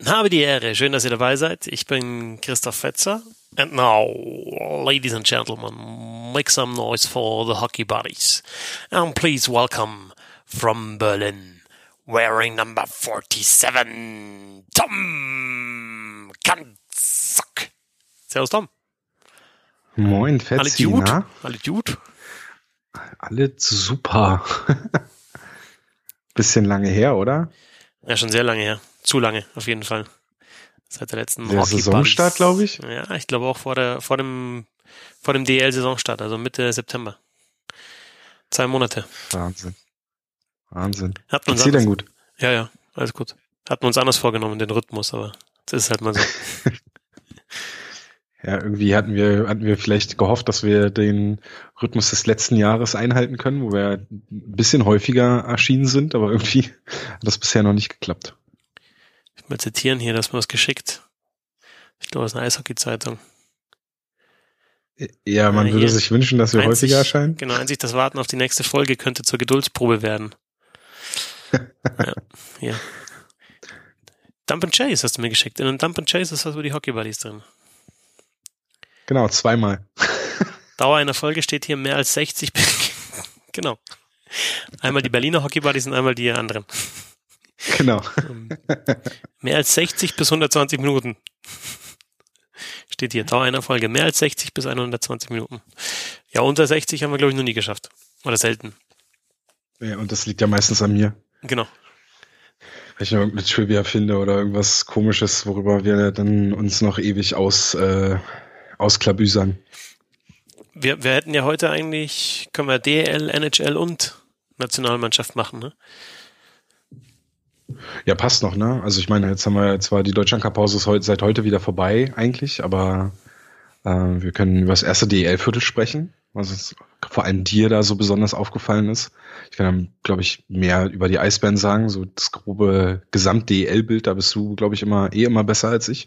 Habe die Ehre. Schön, dass ihr dabei seid. Ich bin Christoph Fetzer. And now, ladies and gentlemen, make some noise for the hockey buddies. And please welcome from Berlin, wearing number 47, Tom Kanzak. Servus, Tom. Moin, Fetzi, na? Alle gut? Alle super. Bisschen lange her, oder? Ja, schon sehr lange her. Zu lange, auf jeden Fall. Seit der letzten der Saisonstart, glaube ich. Ja, ich glaube auch vor dem DL-Saisonstart, also Mitte September. 2 Monate. Wahnsinn. Geht's dir denn gut? Ja, alles gut. Hatten wir uns anders vorgenommen, den Rhythmus, aber das ist halt mal so. Ja, irgendwie hatten wir vielleicht gehofft, dass wir den Rhythmus des letzten Jahres einhalten können, wo wir ein bisschen häufiger erschienen sind, aber irgendwie hat das bisher noch nicht geklappt. Ich will zitieren hier, das ist mir was geschickt. Ich glaube, das ist eine Eishockey-Zeitung. Ja, man würde sich wünschen, dass wir häufiger erscheinen. Genau, einzig das Warten auf die nächste Folge könnte zur Geduldsprobe werden. Ja, hier. Dump and Chase hast du mir geschickt. In einem Dump and Chase ist was über die Hockey Buddies drin. Genau, 2-mal. Dauer einer Folge steht hier mehr als 60. Genau. Einmal die Berliner Hockey Buddies und einmal die anderen. Genau. Mehr als 60 bis 120 Minuten. Steht hier, Dauer einer Folge. Mehr als 60 bis 120 Minuten. Ja, unter 60 haben wir, glaube ich, noch nie geschafft. Oder selten. Ja, und das liegt ja meistens an mir. Genau. Wenn ich noch irgendeine Trivia finde oder irgendwas Komisches, worüber wir dann uns noch ewig ausklabüsern. Wir hätten ja heute eigentlich, können wir DL, NHL und Nationalmannschaft machen, ne? Ja, passt noch, ne? Also ich meine, jetzt haben wir zwar die Deutschlandcup-Pause ist seit heute wieder vorbei eigentlich, aber wir können über das erste DEL-Viertel sprechen, was es vor allem dir da so besonders aufgefallen ist. Ich kann dann, glaube ich, mehr über die Eisbären sagen, so das grobe Gesamt-DEL-Bild, da bist du, glaube ich, immer besser als ich.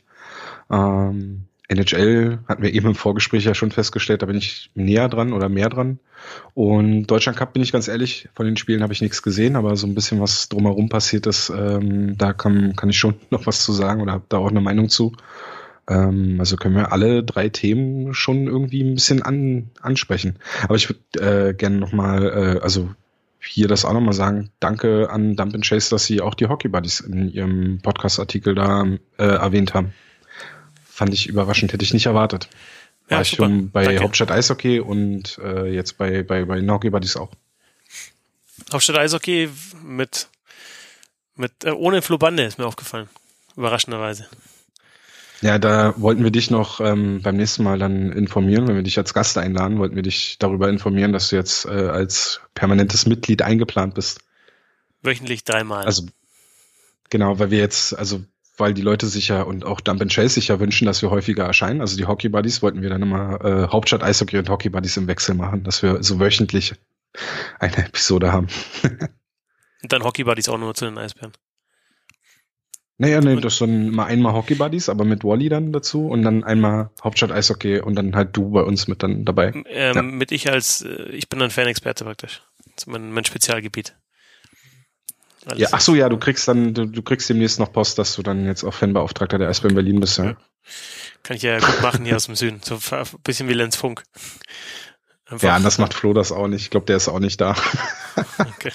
NHL hatten wir eben im Vorgespräch ja schon festgestellt, da bin ich näher dran oder mehr dran. Und Deutschland Cup, bin ich ganz ehrlich, von den Spielen habe ich nichts gesehen, aber so ein bisschen was drumherum passiert ist, da kann ich schon noch was zu sagen oder habe da auch eine Meinung zu. Also können wir alle 3 Themen schon irgendwie ein bisschen ansprechen. Aber ich würde gerne nochmal, also hier das auch nochmal sagen, danke an Dump and Chase, dass sie auch die Hockey Buddies in ihrem Podcast-Artikel da erwähnt haben. Fand ich überraschend, hätte ich nicht erwartet. War ich schon bei Danke. Hauptstadt Eishockey und jetzt bei Hockey Buddies auch. Hauptstadt Eishockey mit ohne Flo Bande ist mir aufgefallen. Überraschenderweise. Ja, da wollten wir dich noch beim nächsten Mal dann informieren, wenn wir dich als Gast einladen, wollten wir dich darüber informieren, dass du jetzt als permanentes Mitglied eingeplant bist. Wöchentlich 3-mal. Also genau, weil die Leute sich ja und auch Dump and Chase sich ja wünschen, dass wir häufiger erscheinen. Also die Hockey Buddies wollten wir dann immer Hauptstadt Eishockey und Hockey Buddies im Wechsel machen, dass wir so wöchentlich eine Episode haben. Und dann Hockey Buddies auch nur zu den Eisbären. Nee, das ist dann mal einmal Hockey Buddies, aber mit Wally dann dazu und dann einmal Hauptstadt Eishockey und dann halt du bei uns mit dann dabei. Ja. Ich bin dann Fan-Experte praktisch. Das ist mein Spezialgebiet. Alles ja, ach so, ja, du kriegst demnächst noch Post, dass du dann jetzt auch Fanbeauftragter der Eisbären Berlin bist, ja. Kann ich ja gut machen hier aus dem Süden. So ein bisschen wie Lenz Funk. Einfach. Ja, anders macht Flo das auch nicht. Ich glaube, der ist auch nicht da. Okay.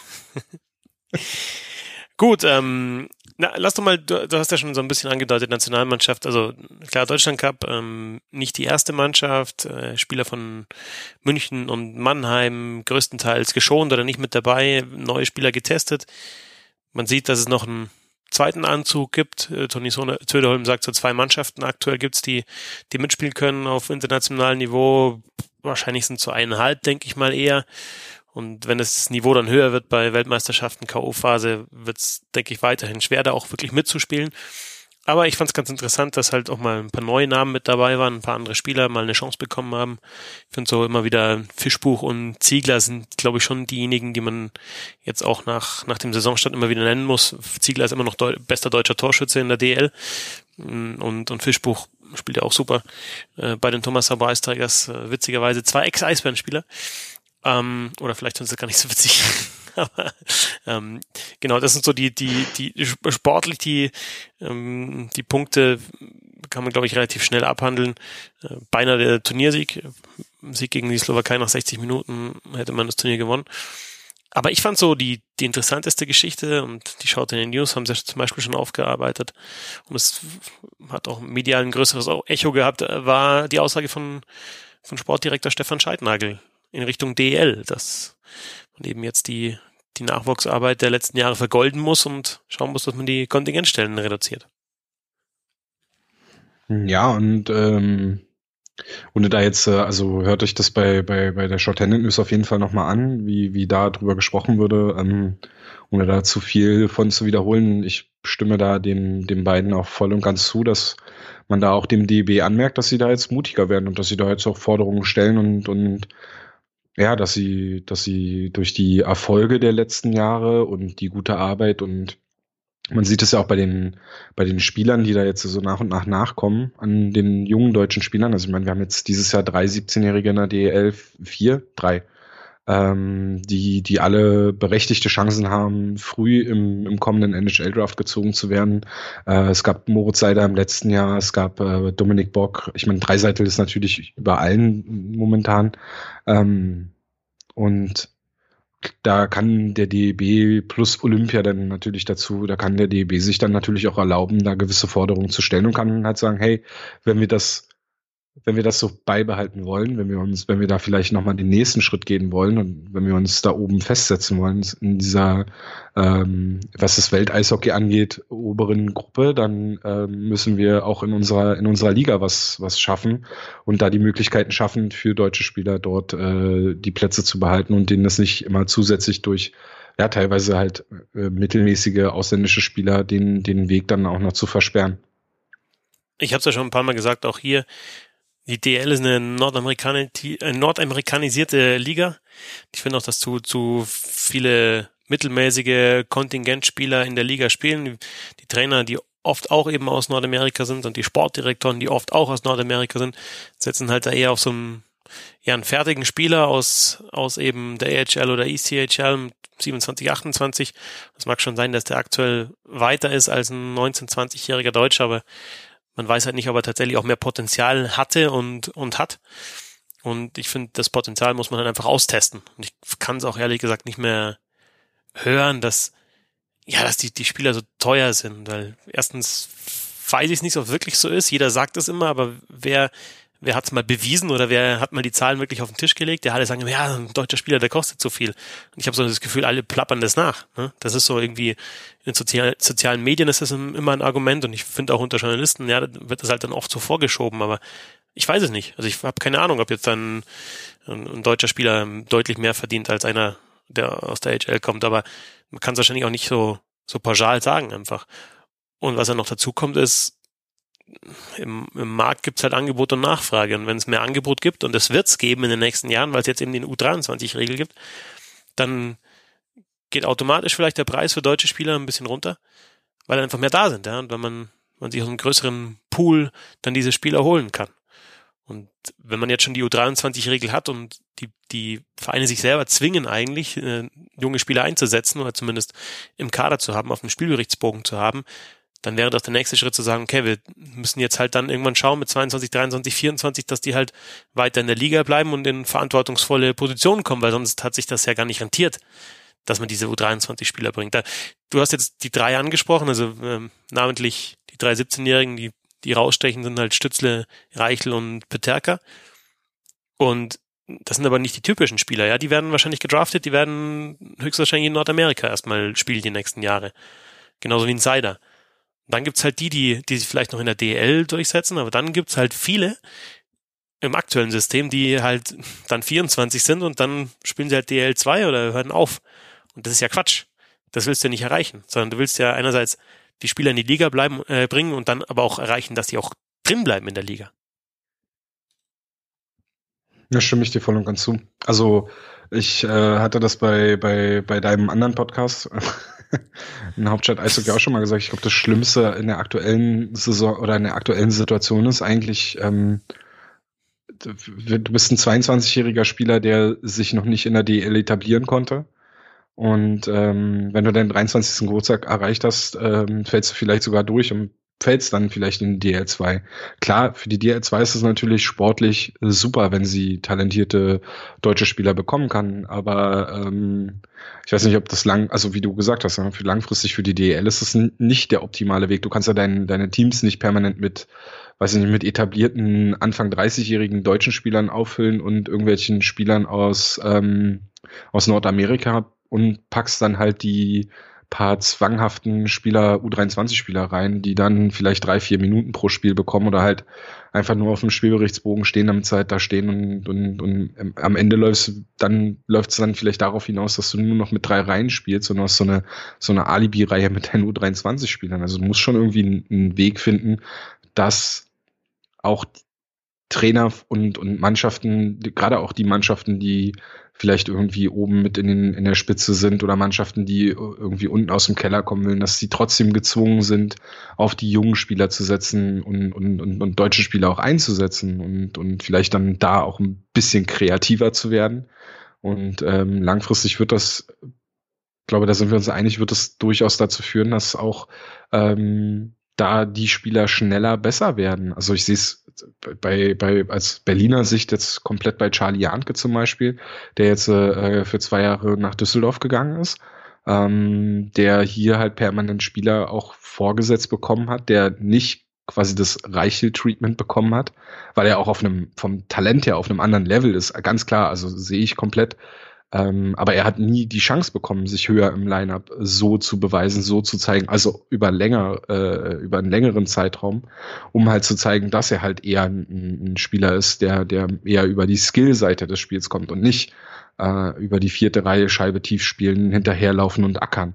Gut, lass doch mal, du hast ja schon so ein bisschen angedeutet, Nationalmannschaft, also klar, Deutschland Cup, nicht die erste Mannschaft, Spieler von München und Mannheim größtenteils geschont oder nicht mit dabei, neue Spieler getestet. Man sieht, dass es noch einen zweiten Anzug gibt. Toni Söderholm sagt, so 2 Mannschaften aktuell gibt's, die mitspielen können auf internationalem Niveau. Wahrscheinlich sind es so 1,5, denke ich mal eher. Und wenn das Niveau dann höher wird bei Weltmeisterschaften, K.O.-Phase, wird's, denke ich, weiterhin schwer, da auch wirklich mitzuspielen. Aber ich fand es ganz interessant, dass halt auch mal ein paar neue Namen mit dabei waren, ein paar andere Spieler mal eine Chance bekommen haben. Ich finde so immer wieder Fischbuch und Ziegler sind, glaube ich, schon diejenigen, die man jetzt auch nach dem Saisonstart immer wieder nennen muss. Ziegler ist immer noch bester deutscher Torschütze in der DL und Fischbuch spielt ja auch super bei den Thomas Sabo Ice Tigers. Witzigerweise 2 Ex-Eisbären-Spieler. Oder vielleicht sind sie gar nicht so witzig. Aber genau, das sind so die sportlich die Punkte kann man, glaube ich, relativ schnell abhandeln. Beinahe der Turniersieg, Sieg gegen die Slowakei nach 60 Minuten hätte man das Turnier gewonnen. Aber ich fand so die interessanteste Geschichte, und die Schaut in den News haben sie zum Beispiel schon aufgearbeitet, und es hat auch medial ein größeres Echo gehabt, war die Aussage von Sportdirektor Stefan Scheidnagel in Richtung DEL, dass man eben jetzt die Nachwuchsarbeit der letzten Jahre vergolden muss und schauen muss, dass man die Kontingentstellen reduziert. Ja, und ohne da jetzt, also hört euch das bei der Shorthanded News auf jeden Fall nochmal an, wie da drüber gesprochen würde, ohne da zu viel von zu wiederholen. Ich stimme da den beiden auch voll und ganz zu, dass man da auch dem DEB anmerkt, dass sie da jetzt mutiger werden und dass sie da jetzt auch Forderungen stellen und ja, dass sie durch die Erfolge der letzten Jahre und die gute Arbeit, und man sieht es ja auch bei den Spielern, die da jetzt so nach und nach nachkommen, an den jungen deutschen Spielern. Also ich meine, wir haben jetzt dieses Jahr 3 17-Jährige in der DEL, 3, die alle berechtigte Chancen haben, früh im kommenden NHL-Draft gezogen zu werden. Es gab Moritz Seider im letzten Jahr, es gab Dominik Bock. Ich meine, Draisaitl ist natürlich über allen momentan. Und da kann der DEB plus Olympia dann natürlich dazu, da kann der DEB sich dann natürlich auch erlauben, da gewisse Forderungen zu stellen und kann halt sagen, hey, wenn wir das so beibehalten wollen, wenn wir da vielleicht nochmal den nächsten Schritt gehen wollen und wenn wir uns da oben festsetzen wollen in dieser, was das Welteishockey angeht, oberen Gruppe, dann müssen wir auch in unserer Liga was schaffen und da die Möglichkeiten schaffen, für deutsche Spieler dort die Plätze zu behalten und denen das nicht immer zusätzlich durch ja teilweise halt mittelmäßige ausländische Spieler den Weg dann auch noch zu versperren. Ich habe es ja schon ein paar Mal gesagt, auch hier, die DL ist eine nordamerikanisierte Liga. Ich finde auch, dass zu viele mittelmäßige Kontingentspieler in der Liga spielen. Die Trainer, die oft auch eben aus Nordamerika sind, und die Sportdirektoren, die oft auch aus Nordamerika sind, setzen halt da eher auf so einen fertigen Spieler aus eben der AHL oder ECHL 27, 28. Es mag schon sein, dass der aktuell weiter ist als ein 19-, 20-jähriger Deutscher, aber man weiß halt nicht, ob er tatsächlich auch mehr Potenzial hatte und hat. Und ich finde, das Potenzial muss man dann einfach austesten. Und ich kann es auch ehrlich gesagt nicht mehr hören, dass die Spieler so teuer sind. Weil erstens weiß ich es nicht, ob es wirklich so ist. Jeder sagt es immer, aber wer hat es mal bewiesen oder wer hat mal die Zahlen wirklich auf den Tisch gelegt? Der alle sagen, ja, ein deutscher Spieler, der kostet so viel. Und ich habe so das Gefühl, alle plappern das nach. Ne? Das ist so irgendwie, in sozialen Medien ist das immer ein Argument, und ich finde auch unter Journalisten, ja, wird das halt dann oft so vorgeschoben, aber ich weiß es nicht. Also ich habe keine Ahnung, ob jetzt dann ein deutscher Spieler deutlich mehr verdient als einer, der aus der HL kommt, aber man kann es wahrscheinlich auch nicht so pauschal sagen einfach. Und was ja noch dazu kommt, ist, im Markt gibt es halt Angebot und Nachfrage, und wenn es mehr Angebot gibt, und es wird es geben in den nächsten Jahren, weil es jetzt eben den U23-Regel gibt, dann geht automatisch vielleicht der Preis für deutsche Spieler ein bisschen runter, weil einfach mehr da sind, ja, und wenn man sich aus einem größeren Pool dann diese Spieler holen kann. Und wenn man jetzt schon die U23-Regel hat und die Vereine sich selber zwingen eigentlich, junge Spieler einzusetzen oder zumindest im Kader zu haben, auf dem Spielberichtsbogen zu haben, dann wäre doch der nächste Schritt zu sagen, okay, wir müssen jetzt halt dann irgendwann schauen mit 22, 23, 24, dass die halt weiter in der Liga bleiben und in verantwortungsvolle Positionen kommen, weil sonst hat sich das ja gar nicht rentiert, dass man diese U23-Spieler bringt. Du hast jetzt die 3 angesprochen, also namentlich die 3 17-Jährigen, die rausstechen, sind halt Stützle, Reichel und Peterka. Und das sind aber nicht die typischen Spieler, ja. Die werden wahrscheinlich gedraftet, die werden höchstwahrscheinlich in Nordamerika erstmal spielen die nächsten Jahre. Genauso wie ein Seider. Dann gibt's halt die sich vielleicht noch in der DEL durchsetzen, aber dann gibt's halt viele im aktuellen System, die halt dann 24 sind und dann spielen sie halt DEL 2 oder hören auf. Und das ist ja Quatsch. Das willst du ja nicht erreichen, sondern du willst ja einerseits die Spieler in die Liga bringen und dann aber auch erreichen, dass die auch drin bleiben in der Liga. Ja, stimme ich dir voll und ganz zu. Also ich hatte das bei deinem anderen Podcast in Hauptstadt Eishockey auch schon mal gesagt. Ich glaube, das Schlimmste in der aktuellen Saison oder in der aktuellen Situation ist eigentlich du bist ein 22-jähriger Spieler, der sich noch nicht in der DL etablieren konnte. Und wenn du deinen 23. Geburtstag erreicht hast, fällst du vielleicht sogar durch und fällst dann vielleicht in die DL2. Klar, für die DL2 ist es natürlich sportlich super, wenn sie talentierte deutsche Spieler bekommen kann, aber ich weiß nicht, ob das also wie du gesagt hast, für langfristig für die DL ist es nicht der optimale Weg. Du kannst ja deine Teams nicht permanent mit, weiß ich nicht, mit etablierten Anfang 30-jährigen deutschen Spielern auffüllen und irgendwelchen Spielern aus Nordamerika und packst dann halt die paar zwanghaften Spieler, U23-Spieler rein, die dann vielleicht 3-4 Minuten pro Spiel bekommen oder halt einfach nur auf dem Spielberichtsbogen stehen, damit sie halt da stehen und am Ende läuft es dann vielleicht darauf hinaus, dass du nur noch mit 3 Reihen spielst und hast so eine Alibi-Reihe mit deinen U23-Spielern. Also du musst schon irgendwie einen Weg finden, dass auch Trainer und Mannschaften, gerade auch die Mannschaften, die vielleicht irgendwie oben mit in der Spitze sind oder Mannschaften, die irgendwie unten aus dem Keller kommen wollen, dass sie trotzdem gezwungen sind, auf die jungen Spieler zu setzen und deutsche Spieler auch einzusetzen und vielleicht dann da auch ein bisschen kreativer zu werden. Und langfristig wird das, ich glaube, da sind wir uns einig, wird das durchaus dazu führen, dass auch da die Spieler schneller besser werden. Also ich sehe es als Berliner Sicht jetzt komplett bei Charlie Jahnke zum Beispiel, der jetzt für 2 Jahre nach Düsseldorf gegangen ist, der hier halt permanent Spieler auch vorgesetzt bekommen hat, der nicht quasi das Reichel-Treatment bekommen hat, weil er auch vom Talent her auf einem anderen Level ist, ganz klar, also sehe ich komplett. Aber er hat nie die Chance bekommen, sich höher im Lineup so zu beweisen, so zu zeigen, also über einen längeren Zeitraum, um halt zu zeigen, dass er halt eher ein Spieler ist, der eher über die Skill-Seite des Spiels kommt und nicht über die 4. Reihe Scheibe tief spielen, hinterherlaufen und ackern.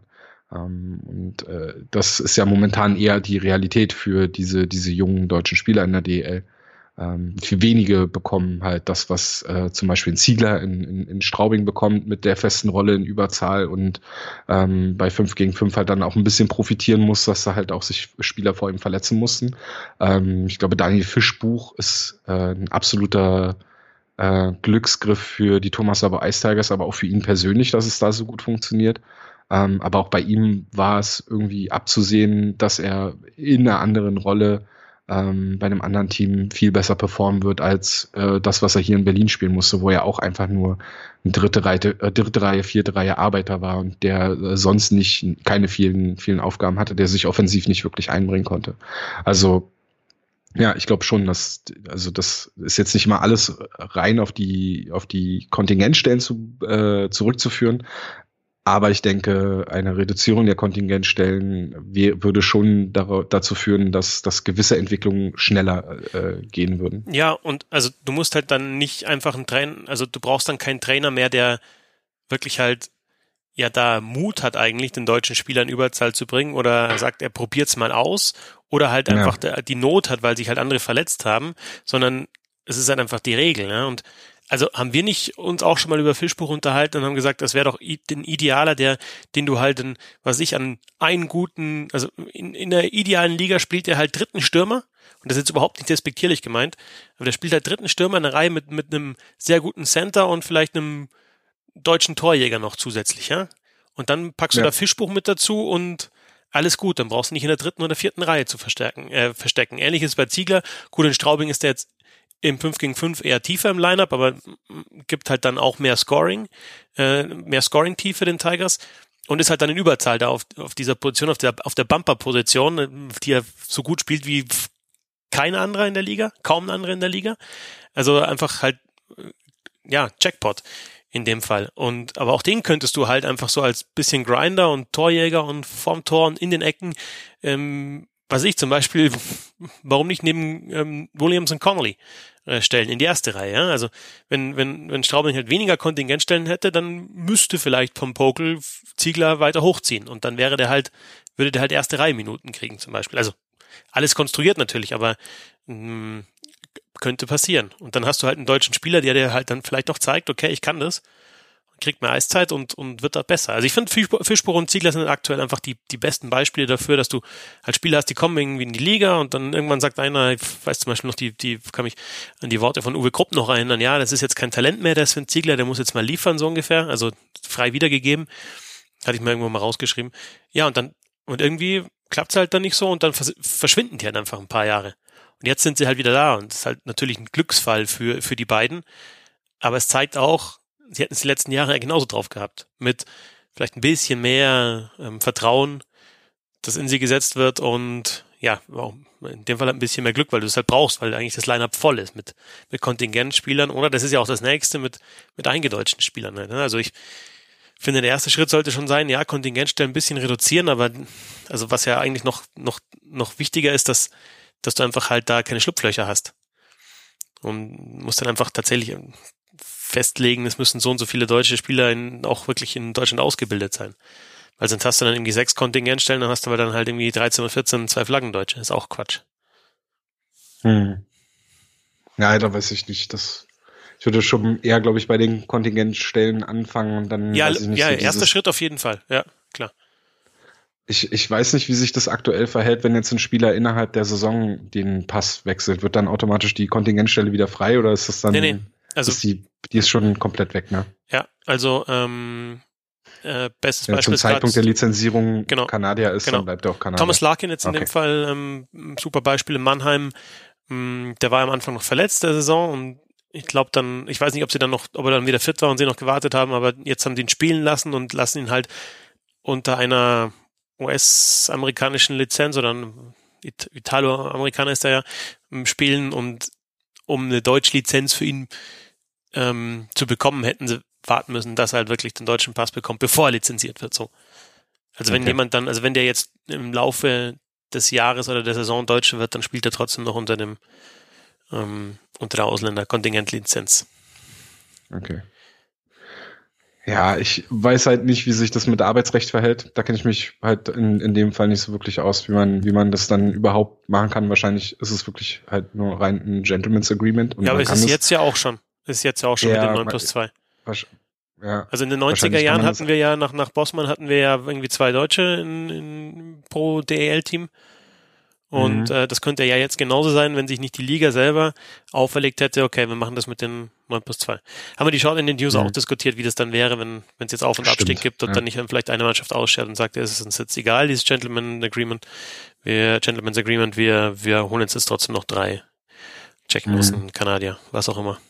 Das ist ja momentan eher die Realität für diese jungen deutschen Spieler in der DL. Für wenige bekommen halt das, was zum Beispiel ein Ziegler in Straubing bekommt mit der festen Rolle in Überzahl und bei 5 gegen 5 halt dann auch ein bisschen profitieren muss, dass da halt auch sich Spieler vor ihm verletzen mussten. Ich glaube, Daniel Fischbuch ist ein absoluter Glücksgriff für die Thomas Sabo Ice Tigers, aber auch für ihn persönlich, dass es da so gut funktioniert. Aber auch bei ihm war es irgendwie abzusehen, dass er in einer anderen Rolle bei einem anderen Team viel besser performen wird als das, was er hier in Berlin spielen musste, wo er auch einfach nur ein dritte Reihe, 4. Reihe Arbeiter war und der sonst keine vielen Aufgaben hatte, der sich offensiv nicht wirklich einbringen konnte. Also ja, ich glaube schon, das ist jetzt nicht mal alles rein auf die Kontingentstellen zurückzuführen. Aber ich denke, eine Reduzierung der Kontingentstellen würde schon dazu führen, dass gewisse Entwicklungen schneller gehen würden. Ja, und also du musst halt dann nicht einfach du brauchst dann keinen Trainer mehr, der wirklich halt ja da Mut hat eigentlich, den deutschen Spielern Überzahl zu bringen oder sagt, er probiert's mal aus oder halt einfach die Not hat, weil sich halt andere verletzt haben, sondern es ist halt einfach die Regel, ne? Und also haben wir nicht uns auch schon mal über Fischbuch unterhalten und haben gesagt, das wäre doch ein Idealer, den du halt an einen guten, also in der idealen Liga spielt er halt 3. Stürmer, und das ist jetzt überhaupt nicht despektierlich gemeint, aber der spielt halt 3. Stürmer in der Reihe mit einem sehr guten Center und vielleicht einem deutschen Torjäger noch zusätzlich, ja? Und dann packst du da Fischbuch mit dazu und alles gut, dann brauchst du nicht in der 3. oder 4. Reihe zu verstecken. Ähnliches bei Ziegler. Gut, in Straubing ist der jetzt im 5 gegen 5 eher tiefer im Lineup, aber gibt halt dann auch mehr Scoring-Tiefe den Tigers und ist halt dann in Überzahl da auf dieser Position, auf der Bumper-Position, die er so gut spielt wie kaum ein anderer in der Liga. Also einfach halt, Jackpot in dem Fall. Aber auch den könntest du halt einfach so als bisschen Grinder und Torjäger und vorm Tor und in den Ecken, was ich zum Beispiel, warum nicht neben Williams und Connolly stellen in die 1. Reihe. Ja? Also wenn Straubing halt weniger Kontingentstellen hätte, dann müsste vielleicht vom Pokel Ziegler weiter hochziehen und dann würde der halt 1. Reihe Minuten kriegen zum Beispiel. Also alles konstruiert natürlich, aber könnte passieren. Und dann hast du halt einen deutschen Spieler, der halt dann vielleicht noch zeigt, okay, ich kann das. kriegt mehr Eiszeit und wird da besser. Also ich finde, Fischbuch und Ziegler sind aktuell einfach die besten Beispiele dafür, dass du halt Spieler hast, die kommen irgendwie in die Liga und dann irgendwann sagt einer, ich weiß zum Beispiel noch, die kann mich an die Worte von Uwe Krupp noch erinnern, ja, das ist jetzt kein Talent mehr, der Sven Ziegler, der muss jetzt mal liefern, so ungefähr, also frei wiedergegeben, hatte ich mir irgendwo mal rausgeschrieben. Ja, und irgendwie klappt's halt dann nicht so und dann verschwinden die halt einfach ein paar Jahre. Und jetzt sind sie halt wieder da und das ist halt natürlich ein Glücksfall für die beiden, aber es zeigt auch, sie hätten es die letzten Jahre genauso drauf gehabt. Mit vielleicht ein bisschen mehr Vertrauen, das in sie gesetzt wird und ja, in dem Fall halt ein bisschen mehr Glück, weil du es halt brauchst, weil eigentlich das Line-Up voll ist mit Kontingentspielern oder das ist ja auch das Nächste mit eingedeutschten Spielern. Halt, ne? Also ich finde, der erste Schritt sollte schon sein, ja, Kontingentstellen ein bisschen reduzieren, aber also was ja eigentlich noch wichtiger ist, dass du einfach halt da keine Schlupflöcher hast. Und musst dann einfach tatsächlich festlegen, es müssen so und so viele deutsche Spieler auch wirklich in Deutschland ausgebildet sein. Weil sonst hast du dann irgendwie 6 Kontingentstellen, dann hast du aber dann halt irgendwie 13 oder 14 2 Flaggendeutsche. Ist auch Quatsch. Ja, da weiß ich nicht. Ich würde schon eher, glaube ich, bei den Kontingentstellen anfangen und dann ja, weiß ich nicht. Ja, so erster Schritt auf jeden Fall. Ja, klar. Ich weiß nicht, wie sich das aktuell verhält, wenn jetzt ein Spieler innerhalb der Saison den Pass wechselt. Wird dann automatisch die Kontingentstelle wieder frei oder ist das dann... Nee. Also, die ist schon komplett weg, ne? Ja, also bestes Beispiel zum Zeitpunkt der Lizenzierung genau, Kanadier ist, dann bleibt er auch Kanadier. Thomas Larkin jetzt in dem Fall, super Beispiel in Mannheim, der war am Anfang noch verletzt der Saison und ich glaube dann, ich weiß nicht, ob er dann wieder fit war und sie noch gewartet haben, aber jetzt haben sie ihn spielen lassen und lassen ihn halt unter einer US-amerikanischen Lizenz oder Italo-Amerikaner ist er ja, spielen und um eine Deutsch-Lizenz für ihn zu bekommen, hätten sie warten müssen, dass er halt wirklich den deutschen Pass bekommt, bevor er lizenziert wird, so. Also wenn jemand dann, also wenn der jetzt im Laufe des Jahres oder der Saison Deutsche wird, dann spielt er trotzdem noch unter der Ausländer-Kontingentlizenz. Okay. Ja, ich weiß halt nicht, wie sich das mit Arbeitsrecht verhält. Da kenne ich mich halt in dem Fall nicht so wirklich aus, wie man das dann überhaupt machen kann. Wahrscheinlich ist es wirklich halt nur rein ein Gentleman's Agreement. Und ja, aber es ist jetzt ja auch schon. Ist jetzt ja auch schon mit dem 9+2. Ja, also in den 90er Jahren hatten wir ja, nach Bossmann hatten wir ja irgendwie 2 Deutsche pro DEL-Team. Und das könnte ja jetzt genauso sein, wenn sich nicht die Liga selber auferlegt hätte, okay, wir machen das mit den 9+2. Haben wir die Short in den News auch diskutiert, wie das dann wäre, wenn es jetzt Auf- und Abstieg gibt und dann nicht vielleicht eine Mannschaft ausschert und sagt, es ist uns jetzt egal, dieses Gentleman's Agreement, wir holen uns jetzt trotzdem noch 3 Tschechen, Russen, Kanadier, was auch immer.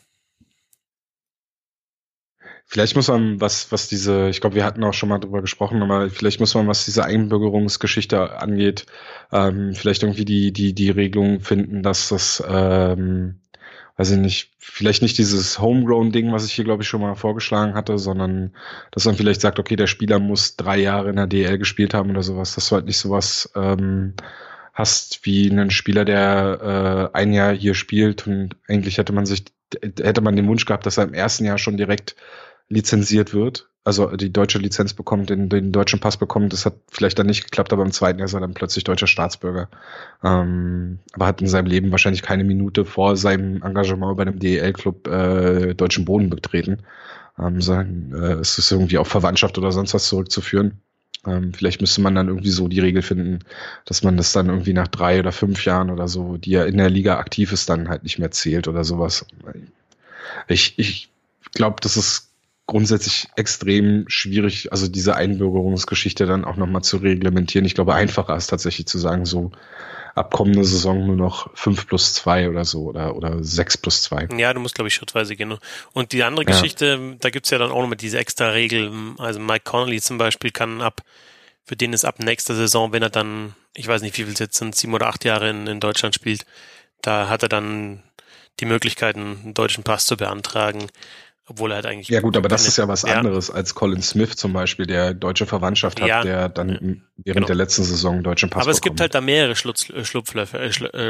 Vielleicht muss man ich glaube, wir hatten auch schon mal drüber gesprochen, aber vielleicht muss man, was diese Einbürgerungsgeschichte angeht, vielleicht irgendwie die Regelung finden, dass das, weiß ich nicht, vielleicht nicht dieses Homegrown-Ding, was ich hier, glaube ich, schon mal vorgeschlagen hatte, sondern dass man vielleicht sagt, okay, der Spieler muss 3 Jahre in der DL gespielt haben oder sowas, dass du halt nicht sowas hast wie einen Spieler, der 1 Jahr hier spielt und eigentlich hätte man den Wunsch gehabt, dass er im ersten Jahr schon direkt lizenziert wird, also die deutsche Lizenz bekommt, den deutschen Pass bekommt. Das hat vielleicht dann nicht geklappt, aber im zweiten Jahr ist er dann plötzlich deutscher Staatsbürger. Aber hat in seinem Leben wahrscheinlich keine Minute vor seinem Engagement bei einem DEL-Club deutschen Boden betreten. Es ist irgendwie auf Verwandtschaft oder sonst was zurückzuführen. Vielleicht müsste man dann irgendwie so die Regel finden, dass man das dann irgendwie nach 3 oder 5 Jahren oder so, die er in der Liga aktiv ist, dann halt nicht mehr zählt oder sowas. Ich glaube, das ist grundsätzlich extrem schwierig, also diese Einbürgerungsgeschichte dann auch nochmal zu reglementieren. Ich glaube, einfacher ist tatsächlich zu sagen, so ab kommende Saison nur noch 5+2 oder so oder 6+2. Ja, du musst, glaube ich, schrittweise gehen. Und die andere Geschichte, da gibt's ja dann auch nochmal diese extra Regel. Also Mike Connolly zum Beispiel für den ist ab nächster Saison, wenn er dann, ich weiß nicht, wie viel es jetzt sind, 7 oder 8 Jahre in Deutschland spielt, da hat er dann die Möglichkeit, einen deutschen Pass zu beantragen. Obwohl er halt eigentlich... Ja gut, aber das ist ja was anderes als Colin Smith zum Beispiel, der deutsche Verwandtschaft hat, der dann während der letzten Saison einen deutschen Pass bekommt. Aber es gibt halt da mehrere Schlupflöcher.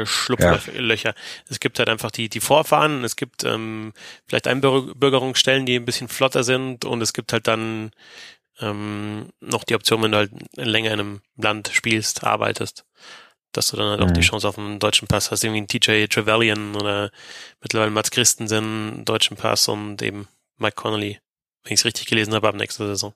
Es gibt halt einfach die Vorfahren, es gibt vielleicht Einbürgerungsstellen, die ein bisschen flotter sind und es gibt halt dann noch die Option, wenn du halt länger in einem Land spielst, arbeitest, dass du dann halt auch die Chance auf einen deutschen Pass hast, irgendwie einen TJ Trevelyan oder mittlerweile Mats Christensen, einen deutschen Pass und eben Mike Connolly, wenn ich es richtig gelesen habe, ab nächster Saison.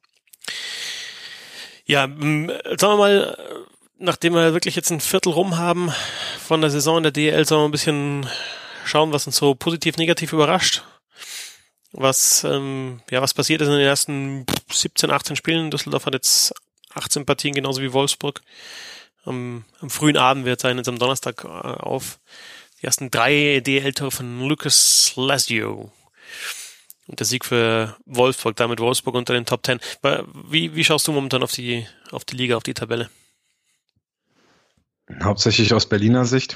Ja, sagen wir mal, nachdem wir wirklich jetzt ein Viertel rum haben von der Saison in der DEL, sollen wir ein bisschen schauen, was uns so positiv, negativ überrascht. Was passiert ist in den ersten 17, 18 Spielen. Düsseldorf hat jetzt 18 Partien, genauso wie Wolfsburg. Am frühen Abend wird sein, jetzt am Donnerstag auf. Die ersten 3 DEL-Tore von Lucas Lazio. Und der Sieg für Wolfsburg, damit Wolfsburg unter den Top 10. Wie schaust du momentan auf die Liga, auf die Tabelle? Hauptsächlich aus Berliner Sicht.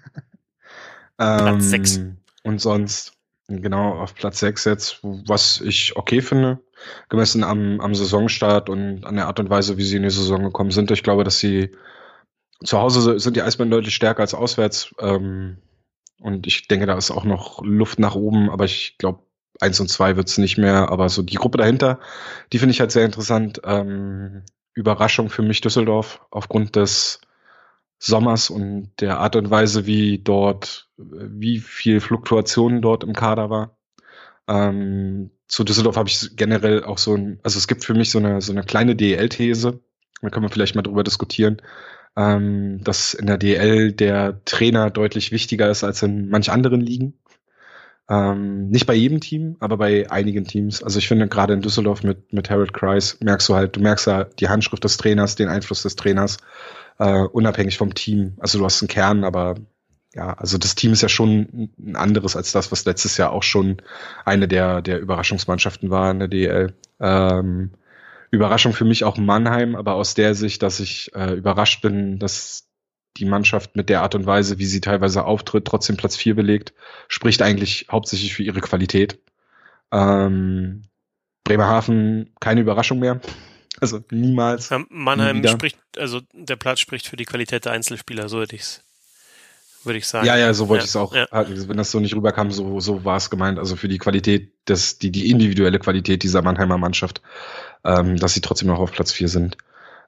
Platz 6. Und sonst, genau, auf Platz 6 jetzt, was ich okay finde, gemessen am Saisonstart und an der Art und Weise, wie sie in die Saison gekommen sind. Ich glaube, dass sie zu Hause sind die Eisbären deutlich stärker als auswärts. Und ich denke, da ist auch noch Luft nach oben, aber ich glaube, 1 und 2 wird es nicht mehr. Aber so die Gruppe dahinter, die finde ich halt sehr interessant. Überraschung für mich Düsseldorf aufgrund des Sommers und der Art und Weise, wie viel Fluktuation dort im Kader war. Zu Düsseldorf habe ich generell auch also es gibt für mich so eine kleine DEL-These, da können wir vielleicht mal drüber diskutieren, dass in der DEL der Trainer deutlich wichtiger ist als in manch anderen Ligen. Nicht bei jedem Team, aber bei einigen Teams. Also ich finde gerade in Düsseldorf mit Harold Kreis du merkst ja die Handschrift des Trainers, den Einfluss des Trainers, unabhängig vom Team. Also du hast einen Kern, aber ja, also das Team ist ja schon ein anderes als das, was letztes Jahr auch schon eine der Überraschungsmannschaften war in der DEL. Überraschung für mich auch Mannheim, aber aus der Sicht, dass ich überrascht bin, dass die Mannschaft mit der Art und Weise, wie sie teilweise auftritt, trotzdem Platz 4 belegt, spricht eigentlich hauptsächlich für ihre Qualität. Bremerhaven, keine Überraschung mehr. Also niemals. Mannheim der Platz spricht für die Qualität der Einzelspieler, so würde ich sagen. Ja, so wollte ich es auch. Ja. Wenn das so nicht rüberkam, so war es gemeint. Also für die Qualität, die individuelle Qualität dieser Mannheimer Mannschaft, dass sie trotzdem noch auf Platz 4 sind.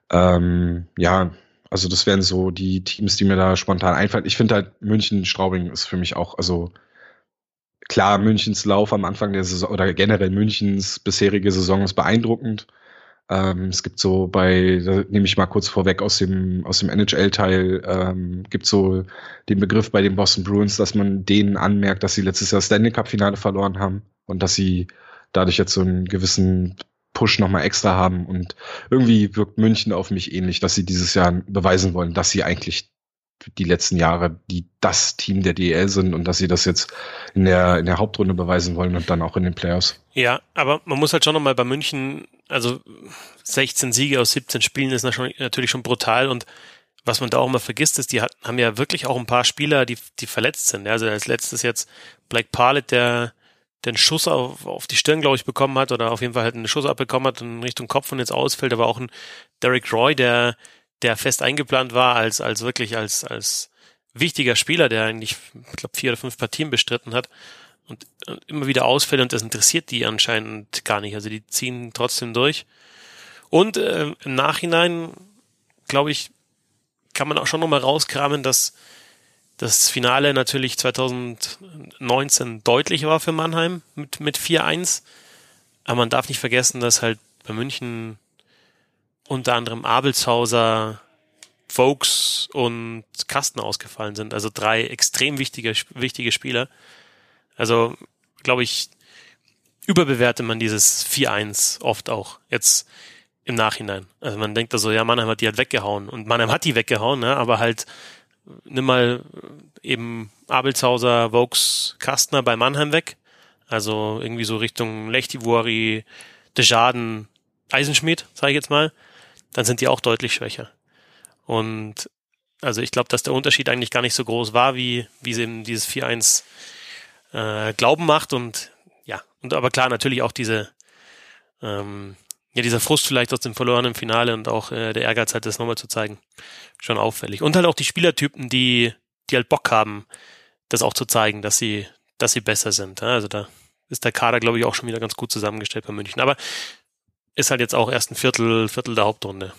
Also das wären so die Teams, die mir da spontan einfallen. Ich finde halt München-Straubing ist für mich auch, also klar, Münchens Lauf am Anfang der Saison oder generell Münchens bisherige Saison ist beeindruckend. Es gibt so da nehme ich mal kurz vorweg aus dem NHL-Teil, gibt so den Begriff bei den Boston Bruins, dass man denen anmerkt, dass sie letztes Jahr Stanley Cup-Finale verloren haben und dass sie dadurch jetzt so einen gewissen Push nochmal extra haben. Und irgendwie wirkt München auf mich ähnlich, dass sie dieses Jahr beweisen wollen, dass sie eigentlich die letzten Jahre das Team der DEL sind und dass sie das jetzt in der Hauptrunde beweisen wollen und dann auch in den Playoffs. Ja, aber man muss halt schon nochmal bei München, also 16 Siege aus 17 Spielen ist natürlich schon brutal und was man da auch immer vergisst ist, die haben ja wirklich auch ein paar Spieler, die verletzt sind. Also als letztes jetzt Blake Parlett, der den Schuss auf die Stirn, glaube ich, bekommen hat oder auf jeden Fall halt einen Schuss abbekommen hat in Richtung Kopf und jetzt ausfällt. Da war auch ein Derek Roy, der fest eingeplant war als wichtiger Spieler, der eigentlich, ich glaube, 4 oder 5 Partien bestritten hat und immer wieder ausfällt und das interessiert die anscheinend gar nicht. Also die ziehen trotzdem durch. Und im Nachhinein, glaube ich, kann man auch schon nochmal rauskramen, dass das Finale natürlich 2019 deutlich war für Mannheim mit 4-1. Aber man darf nicht vergessen, dass halt bei München unter anderem Abelshauser, Vokes und Kasten ausgefallen sind. Also 3 extrem wichtige Spieler. Also, glaube ich, überbewertet man dieses 4-1 oft auch jetzt im Nachhinein. Also man denkt da so, ja, Mannheim hat die halt weggehauen. Und Mannheim hat die weggehauen, ne? Aber halt nimm mal eben Abelshauser, Vokes, Kastner bei Mannheim weg. Also irgendwie so Richtung Lechtivuori, Desjardins, Eisenschmidt, sage ich jetzt mal. Dann sind die auch deutlich schwächer. Und also ich glaube, dass der Unterschied eigentlich gar nicht so groß war, wie sie eben dieses 4-1 Glauben macht. Und ja, und aber klar, natürlich auch dieser Frust vielleicht aus dem verlorenen Finale und auch der Ehrgeiz halt, das nochmal zu zeigen, schon auffällig. Und halt auch die Spielertypen, die halt Bock haben, das auch zu zeigen, dass sie besser sind. Also da ist der Kader, glaube ich, auch schon wieder ganz gut zusammengestellt bei München. Aber ist halt jetzt auch erst ein Viertel der Hauptrunde.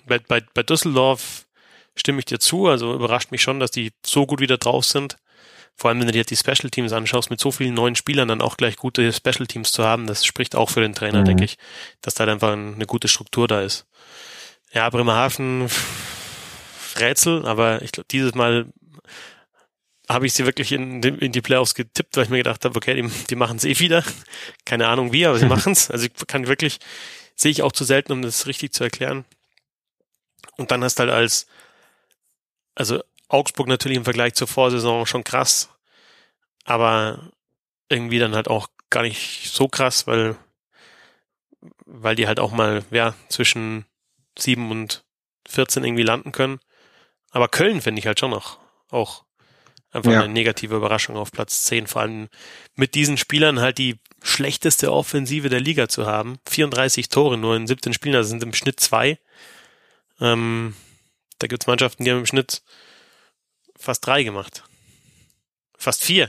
Bei Düsseldorf stimme ich dir zu, also überrascht mich schon, dass die so gut wieder drauf sind. vor allem wenn du dir die Special Teams anschaust, mit so vielen neuen Spielern dann auch gleich gute Special Teams zu haben, das spricht auch für den Trainer, denke ich, dass da einfach eine gute Struktur da ist. Ja, Bremerhaven, Rätsel, aber ich glaube, dieses Mal habe ich sie wirklich in die Playoffs getippt, weil ich mir gedacht habe, okay, die machen es wieder. Keine Ahnung wie, aber sie machen es. Also ich kann wirklich, sehe ich auch zu selten, um das richtig zu erklären. Und dann hast du halt also Augsburg natürlich im Vergleich zur Vorsaison schon krass, aber irgendwie dann halt auch gar nicht so krass, weil die halt auch mal, ja, zwischen 7 und 14 irgendwie landen können. Aber Köln finde ich halt schon noch auch einfach eine negative Überraschung auf Platz 10, vor allem mit diesen Spielern halt die schlechteste Offensive der Liga zu haben. 34 Tore nur in 17 Spielen, also sind im Schnitt 2. Da gibt's Mannschaften, die haben im Schnitt fast 3 gemacht. Fast 4.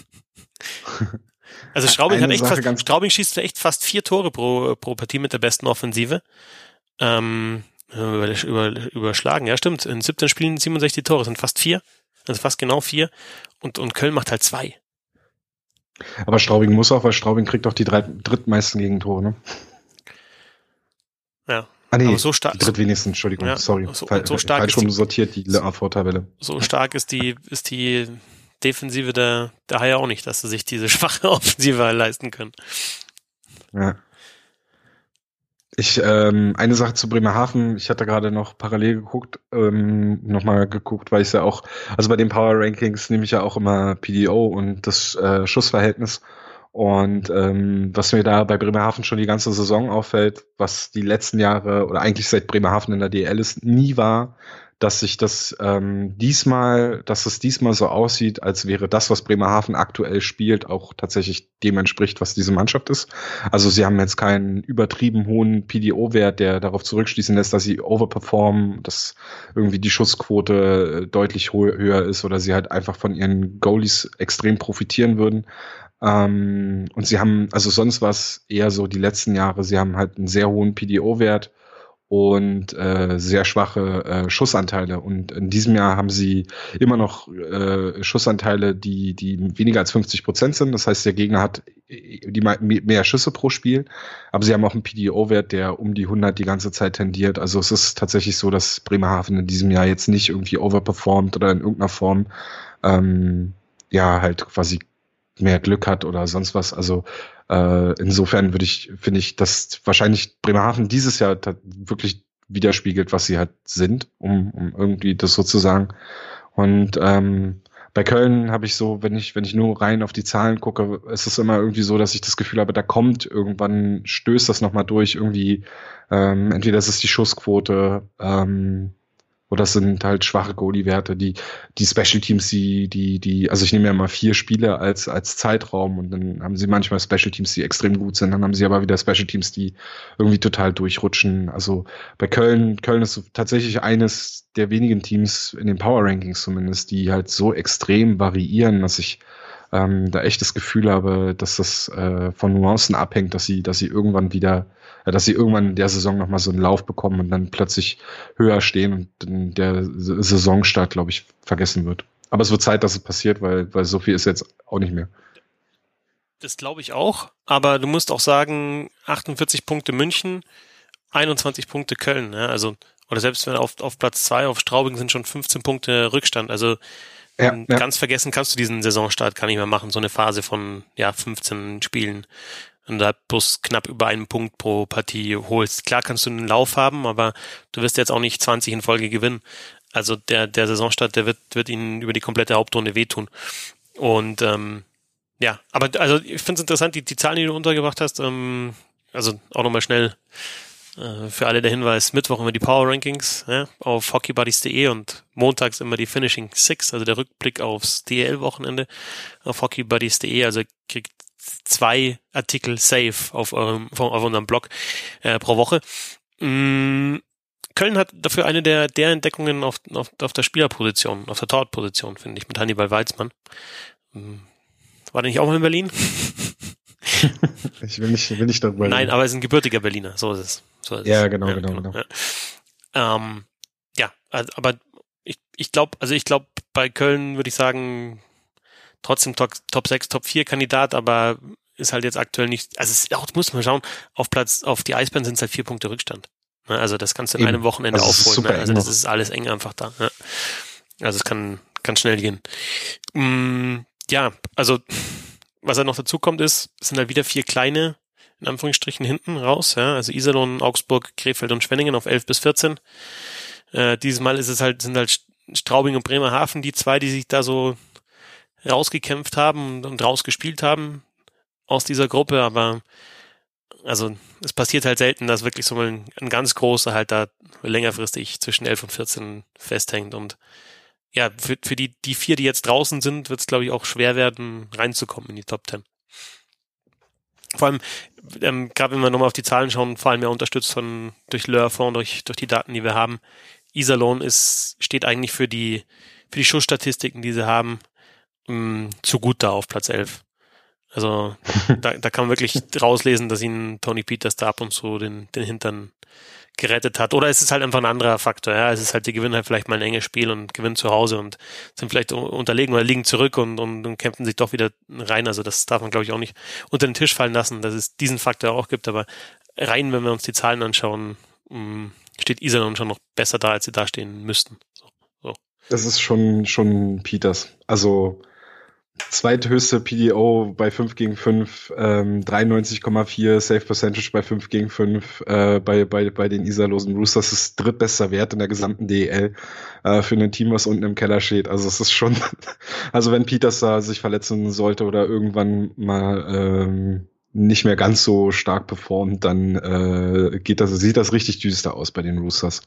Also Straubing hat echt Straubing schießt echt fast 4 Tore pro Partie mit der besten Offensive. Überschlagen, ja stimmt. In 17 Spielen 67 Tore, sind fast 4. Also fast genau 4. Und Köln macht halt 2. Aber Straubing muss auch, weil Straubing kriegt auch die drittmeisten Gegentore, ne? Ja. Ah nee, aber so stark, die drittwenigsten, Entschuldigung, ja, sorry. So stark falsch rum sortiert, die AV-Tabelle. So stark ist die Defensive der Haie auch nicht, dass sie sich diese schwache Offensive leisten können. Ja. Eine Sache zu Bremerhaven, ich hatte gerade noch parallel geguckt, nochmal geguckt, weil ich ja auch, also bei den Power Rankings nehme ich ja auch immer PDO und das Schussverhältnis. Und was mir da bei Bremerhaven schon die ganze Saison auffällt, was die letzten Jahre oder eigentlich seit Bremerhaven in der DL ist, nie war, dass sich das diesmal so aussieht, als wäre das, was Bremerhaven aktuell spielt, auch tatsächlich dem entspricht, was diese Mannschaft ist. Also sie haben jetzt keinen übertrieben hohen PDO-Wert, der darauf zurückschließen lässt, dass sie overperformen, dass irgendwie die Schussquote deutlich höher ist oder sie halt einfach von ihren Goalies extrem profitieren würden. Und sie haben, also sonst war es eher so die letzten Jahre, sie haben halt einen sehr hohen PDO-Wert und sehr schwache Schussanteile. Und in diesem Jahr haben sie immer noch Schussanteile, die weniger als 50% sind. Das heißt, der Gegner hat mehr Schüsse pro Spiel, aber sie haben auch einen PDO-Wert, der um die 100 die ganze Zeit tendiert. Also es ist tatsächlich so, dass Bremerhaven in diesem Jahr jetzt nicht irgendwie overperformt oder in irgendeiner Form halt quasi mehr Glück hat oder sonst was. Also insofern finde ich, dass wahrscheinlich Bremerhaven dieses Jahr wirklich widerspiegelt, was sie halt sind, um irgendwie das so zu sagen. Und bei Köln habe ich so, wenn ich nur rein auf die Zahlen gucke, ist es immer irgendwie so, dass ich das Gefühl habe, da kommt irgendwann, stößt das nochmal durch, irgendwie, entweder ist es die Schussquote, oder es sind halt schwache Goalie-Werte, die Special Teams, also ich nehme ja mal 4 Spiele als Zeitraum und dann haben sie manchmal Special Teams, die extrem gut sind, dann haben sie aber wieder Special Teams, die irgendwie total durchrutschen. Also bei Köln ist tatsächlich eines der wenigen Teams in den Power Rankings zumindest, die halt so extrem variieren, dass ich da echt das Gefühl habe, dass das von Nuancen abhängt, dass sie irgendwann in der Saison nochmal so einen Lauf bekommen und dann plötzlich höher stehen und dann der Saisonstart, glaube ich, vergessen wird. Aber es wird Zeit, dass es passiert, weil so viel ist jetzt auch nicht mehr. Das glaube ich auch, aber du musst auch sagen, 48 Punkte München, 21 Punkte Köln, ja, also, oder selbst wenn auf Platz 2 auf Straubing sind schon 15 Punkte Rückstand, also ganz vergessen kannst du diesen Saisonstart gar nicht mehr machen, so eine Phase von 15 Spielen und da bloß knapp über einen Punkt pro Partie holst. Klar kannst du einen Lauf haben, aber du wirst jetzt auch nicht 20 in Folge gewinnen. Also der Saisonstart, der wird ihnen über die komplette Hauptrunde wehtun. Und aber also ich finde es interessant, die Zahlen, die du untergebracht hast, also auch nochmal schnell für alle der Hinweis, Mittwoch immer die Power Rankings auf hockeybuddies.de und montags immer die Finishing Six, also der Rückblick aufs DEL-Wochenende auf hockeybuddies.de, also kriegt 2 Artikel safe auf unserem Blog pro Woche. Köln hat dafür eine der Entdeckungen auf der Spielerposition, auf der Torwartposition, finde ich, mit Hannibal Weizmann. War der nicht auch mal in Berlin? Ich will nicht darüber reden. Nein, aber er ist ein gebürtiger Berliner, so ist es. Ja, genau. Ja. Aber ich glaube, bei Köln würde ich sagen, trotzdem Top 6, Top 4 Kandidat, aber ist halt jetzt aktuell nicht, also es ist auch, muss man schauen, auf die Eisbären sind es halt 4 Punkte Rückstand. Ne? Also das kannst du in einem Wochenende aufholen. Ne? Also das ist alles eng einfach da. Ne? Also es kann schnell gehen. Ja, also was halt noch dazu kommt es sind halt wieder 4 kleine, in Anführungsstrichen, hinten raus. Ja? Also Iserlohn, Augsburg, Krefeld und Schwenningen auf 11 bis 14. Dieses Mal sind halt Straubing und Bremerhaven die 2, die sich da so rausgekämpft haben und rausgespielt haben aus dieser Gruppe, aber also es passiert halt selten, dass wirklich so mal ein ganz großer halt da längerfristig zwischen 11 und 14 festhängt und ja, für die 4, die jetzt draußen sind, wird es glaube ich auch schwer werden, reinzukommen in die Top 10. Vor allem, gerade wenn wir nochmal auf die Zahlen schauen, vor allem ja unterstützt durch Lörfer und durch die Daten, die wir haben. Iserlohn steht eigentlich für die Schussstatistiken, die sie haben, zu gut da auf Platz 11. Also da kann man wirklich rauslesen, dass ihnen Tony Peters da ab und zu den Hintern gerettet hat. Oder es ist halt einfach ein anderer Faktor. Ja, es ist halt, die gewinnen halt vielleicht mal ein enges Spiel und gewinnen zu Hause und sind vielleicht unterlegen oder liegen zurück und kämpfen sich doch wieder rein. Also das darf man, glaube ich, auch nicht unter den Tisch fallen lassen, dass es diesen Faktor auch gibt. Aber rein, wenn wir uns die Zahlen anschauen, steht Iserlohn schon noch besser da, als sie dastehen müssten. So. Das ist schon Peters. Also zweithöchste PDO bei 5 gegen 5, 93,4 Save Percentage bei 5 gegen 5 bei den Iserlosen Roosters. Das ist drittbester Wert in der gesamten DEL für ein Team, was unten im Keller steht. Also es ist schon, also wenn Peters da sich verletzen sollte oder irgendwann mal nicht mehr ganz so stark performt, dann sieht das richtig düster aus bei den Roosters.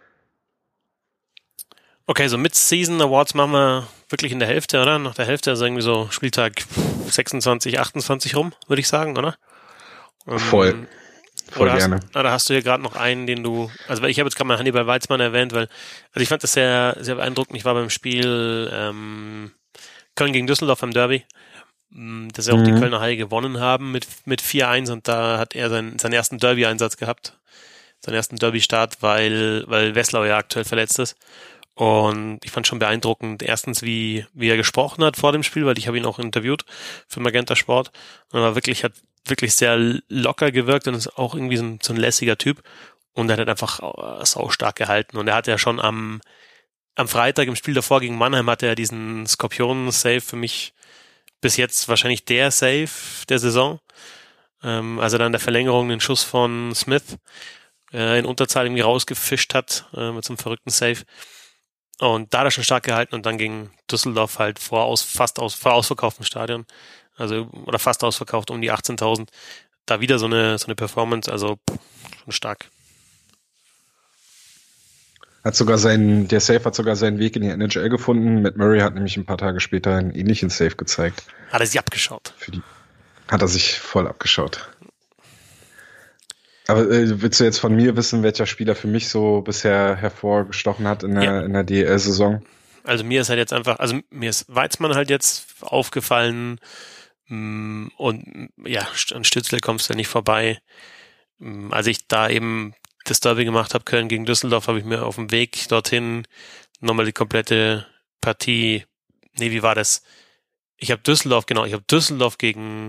Okay, so Mid-Season Awards machen wir wirklich in der Hälfte, oder? Nach der Hälfte, also irgendwie so Spieltag 26, 28 rum, würde ich sagen, oder? Voll gerne. Oder hast du hier gerade noch einen, den du, also ich habe jetzt gerade mal Hannibal Weizmann erwähnt, weil, also ich fand das sehr, sehr beeindruckend. Ich war beim Spiel Köln gegen Düsseldorf am Derby, dass ja auch die Kölner Haie gewonnen haben mit 4-1 und da hat er seinen ersten Derby-Einsatz gehabt, seinen ersten Derby-Start, weil Wesslau ja aktuell verletzt ist. Und ich fand schon beeindruckend, erstens, wie er gesprochen hat vor dem Spiel, weil ich habe ihn auch interviewt für Magenta Sport. Und er hat wirklich sehr locker gewirkt und ist auch irgendwie so ein lässiger Typ. Und er hat einfach sau stark gehalten. Und er hat ja schon am Freitag im Spiel davor gegen Mannheim hatte er diesen Skorpion-Save, für mich bis jetzt wahrscheinlich der Save der Saison. Also dann in der Verlängerung den Schuss von Smith in Unterzahl irgendwie rausgefischt hat mit so einem verrückten Save. Und da hat er schon stark gehalten und dann ging Düsseldorf halt vor ausverkauftem Stadion, also oder fast ausverkauft, um die 18.000. Da wieder so eine Performance, also schon stark. Der Save hat sogar seinen Weg in die NHL gefunden. Matt Murray hat nämlich ein paar Tage später einen ähnlichen Save gezeigt. Hat er sich abgeschaut? Hat er sich voll abgeschaut. Aber willst du jetzt von mir wissen, welcher Spieler für mich so bisher hervorgestochen hat in der DEL-Saison? Also mir ist Weizmann halt jetzt aufgefallen und ja, an Stützle kommst du ja nicht vorbei. Als ich da eben das Derby gemacht habe, Köln gegen Düsseldorf, habe ich mir auf dem Weg dorthin nochmal die komplette Partie, wie war das? Ich habe Düsseldorf gegen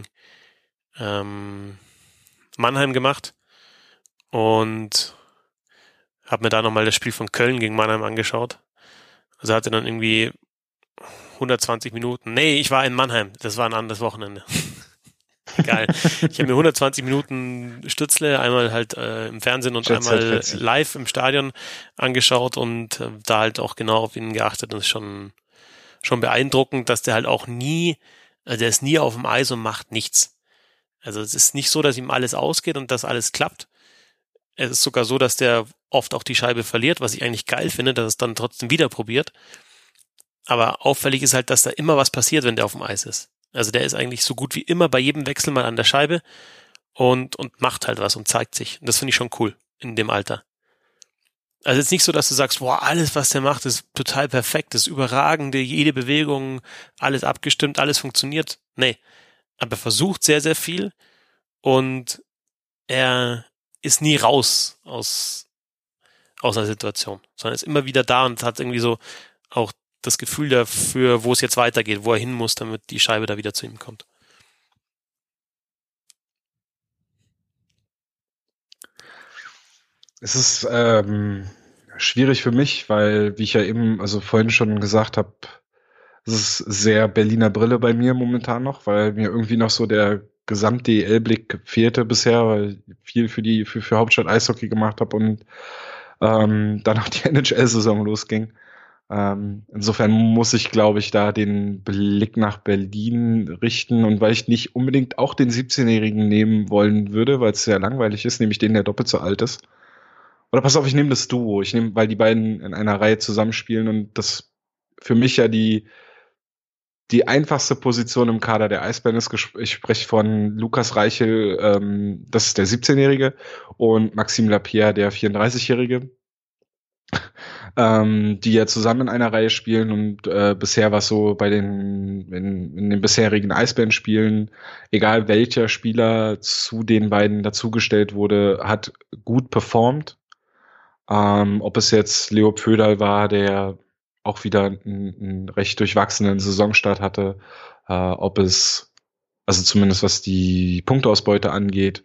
Mannheim gemacht. Und habe mir da nochmal das Spiel von Köln gegen Mannheim angeschaut. Also hatte dann irgendwie 120 Minuten. Nee, ich war in Mannheim. Das war ein anderes Wochenende. Geil. Ich habe mir 120 Minuten Stützle, einmal halt im Fernsehen und einmal live im Stadion angeschaut und da halt auch genau auf ihn geachtet. Und es ist schon beeindruckend, dass der halt auch der ist nie auf dem Eis und macht nichts. Also es ist nicht so, dass ihm alles ausgeht und dass alles klappt. Es ist sogar so, dass der oft auch die Scheibe verliert, was ich eigentlich geil finde, dass es dann trotzdem wieder probiert. Aber auffällig ist halt, dass da immer was passiert, wenn der auf dem Eis ist. Also der ist eigentlich so gut wie immer bei jedem Wechsel mal an der Scheibe und macht halt was und zeigt sich. Und das finde ich schon cool in dem Alter. Also jetzt nicht so, dass du sagst, boah, alles, was der macht, ist total perfekt, ist überragende, jede Bewegung, alles abgestimmt, alles funktioniert. Nee, aber er versucht sehr, sehr viel und er ist nie raus aus einer Situation, sondern ist immer wieder da und hat irgendwie so auch das Gefühl dafür, wo es jetzt weitergeht, wo er hin muss, damit die Scheibe da wieder zu ihm kommt? Es ist schwierig für mich, weil, wie ich ja eben, also vorhin schon gesagt habe, es ist sehr Berliner Brille bei mir momentan noch, weil mir irgendwie noch so der Gesamt-DEL-Blick fehlte bisher, weil ich viel für Hauptstadt Eishockey gemacht habe und dann auch die NHL-Saison losging. Insofern muss ich, glaube ich, da den Blick nach Berlin richten, und weil ich nicht unbedingt auch den 17-Jährigen nehmen wollen würde, weil es sehr langweilig ist, nehme ich den, der doppelt so alt ist. Oder pass auf, ich nehme das Duo. Weil die beiden in einer Reihe zusammenspielen und das für mich ja die einfachste Position im Kader der Eisbären ist. Ich spreche von Lukas Reichel, das ist der 17-Jährige, und Maxime Lapierre, der 34-Jährige, die ja zusammen in einer Reihe spielen, und bisher war es so in den bisherigen Eisbären-Spielen, egal welcher Spieler zu den beiden dazugestellt wurde, hat gut performt. Ob es jetzt Leo Pföderl war, der auch wieder einen recht durchwachsenen Saisonstart hatte, ob es, also zumindest was die Punkteausbeute angeht,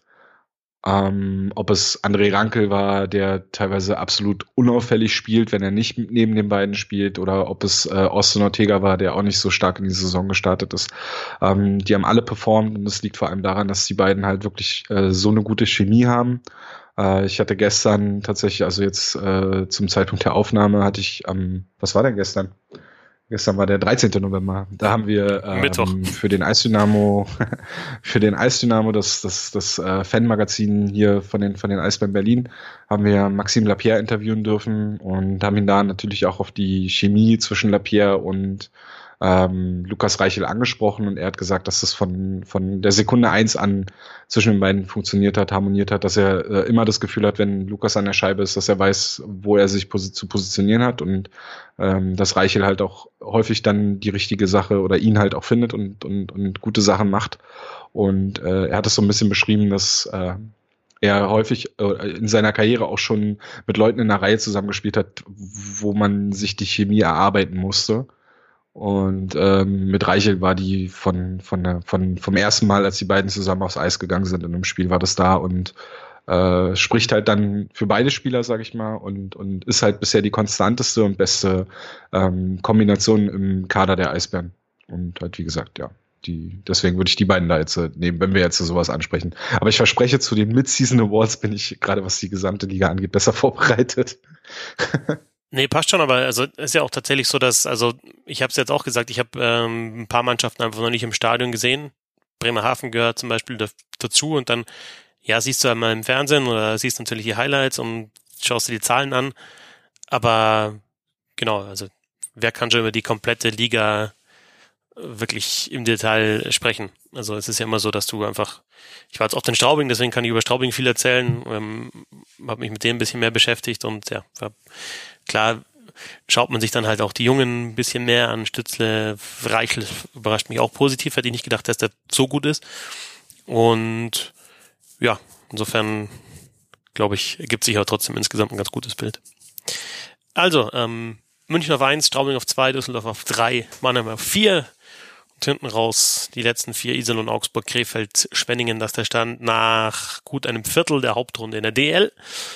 ob es André Rankel war, der teilweise absolut unauffällig spielt, wenn er nicht neben den beiden spielt, oder ob es Austin Ortega war, der auch nicht so stark in die Saison gestartet ist. Die haben alle performt, und das liegt vor allem daran, dass die beiden halt wirklich so eine gute Chemie haben. Ich hatte gestern tatsächlich, also jetzt zum Zeitpunkt der Aufnahme hatte ich was war denn gestern? Gestern war der 13. November. Da haben wir für den Eisdynamo das Fanmagazin hier von den Eisbären Berlin, haben wir Maxime Lapierre interviewen dürfen und haben ihn da natürlich auch auf die Chemie zwischen Lapierre und Lukas Reichel angesprochen, und er hat gesagt, dass das von der Sekunde 1 an zwischen den beiden funktioniert hat, harmoniert hat, dass er immer das Gefühl hat, wenn Lukas an der Scheibe ist, dass er weiß, wo er sich zu positionieren hat, und dass Reichel halt auch häufig dann die richtige Sache oder ihn halt auch findet und gute Sachen macht. Und er hat es so ein bisschen beschrieben, dass er häufig in seiner Karriere auch schon mit Leuten in einer Reihe zusammengespielt hat, wo man sich die Chemie erarbeiten musste. Und mit Reichel war die vom ersten Mal, als die beiden zusammen aufs Eis gegangen sind in einem Spiel, war das da, und spricht halt dann für beide Spieler, sag ich mal, und ist halt bisher die konstanteste und beste Kombination im Kader der Eisbären. Und halt, wie gesagt, ja, deswegen würde ich die beiden da jetzt nehmen, wenn wir jetzt sowas ansprechen. Aber ich verspreche, zu den Mid-Season Awards bin ich, gerade was die gesamte Liga angeht, besser vorbereitet. Nee, passt schon, aber also ist ja auch tatsächlich so, dass, also ich habe es jetzt auch gesagt, ich habe ein paar Mannschaften einfach noch nicht im Stadion gesehen. Bremerhaven gehört zum Beispiel dazu, und dann, ja, siehst du einmal im Fernsehen oder siehst natürlich die Highlights und schaust dir die Zahlen an, aber genau, also wer kann schon über die komplette Liga wirklich im Detail sprechen? Also es ist ja immer so, dass du einfach, ich war jetzt oft in Straubing, deswegen kann ich über Straubing viel erzählen, habe mich mit dem ein bisschen mehr beschäftigt, und ja, klar schaut man sich dann halt auch die Jungen ein bisschen mehr an. Stützle, Reichel überrascht mich auch positiv, hätte ich nicht gedacht, dass der so gut ist. Und ja, insofern glaube ich, ergibt sich aber trotzdem insgesamt ein ganz gutes Bild. Also, München auf 1, Straubing auf 2, Düsseldorf auf 3, Mannheim auf 4 und hinten raus die letzten 4, Iserlohn, Augsburg, Krefeld, Schwenningen, das der Stand nach gut einem Viertel der Hauptrunde in der DL.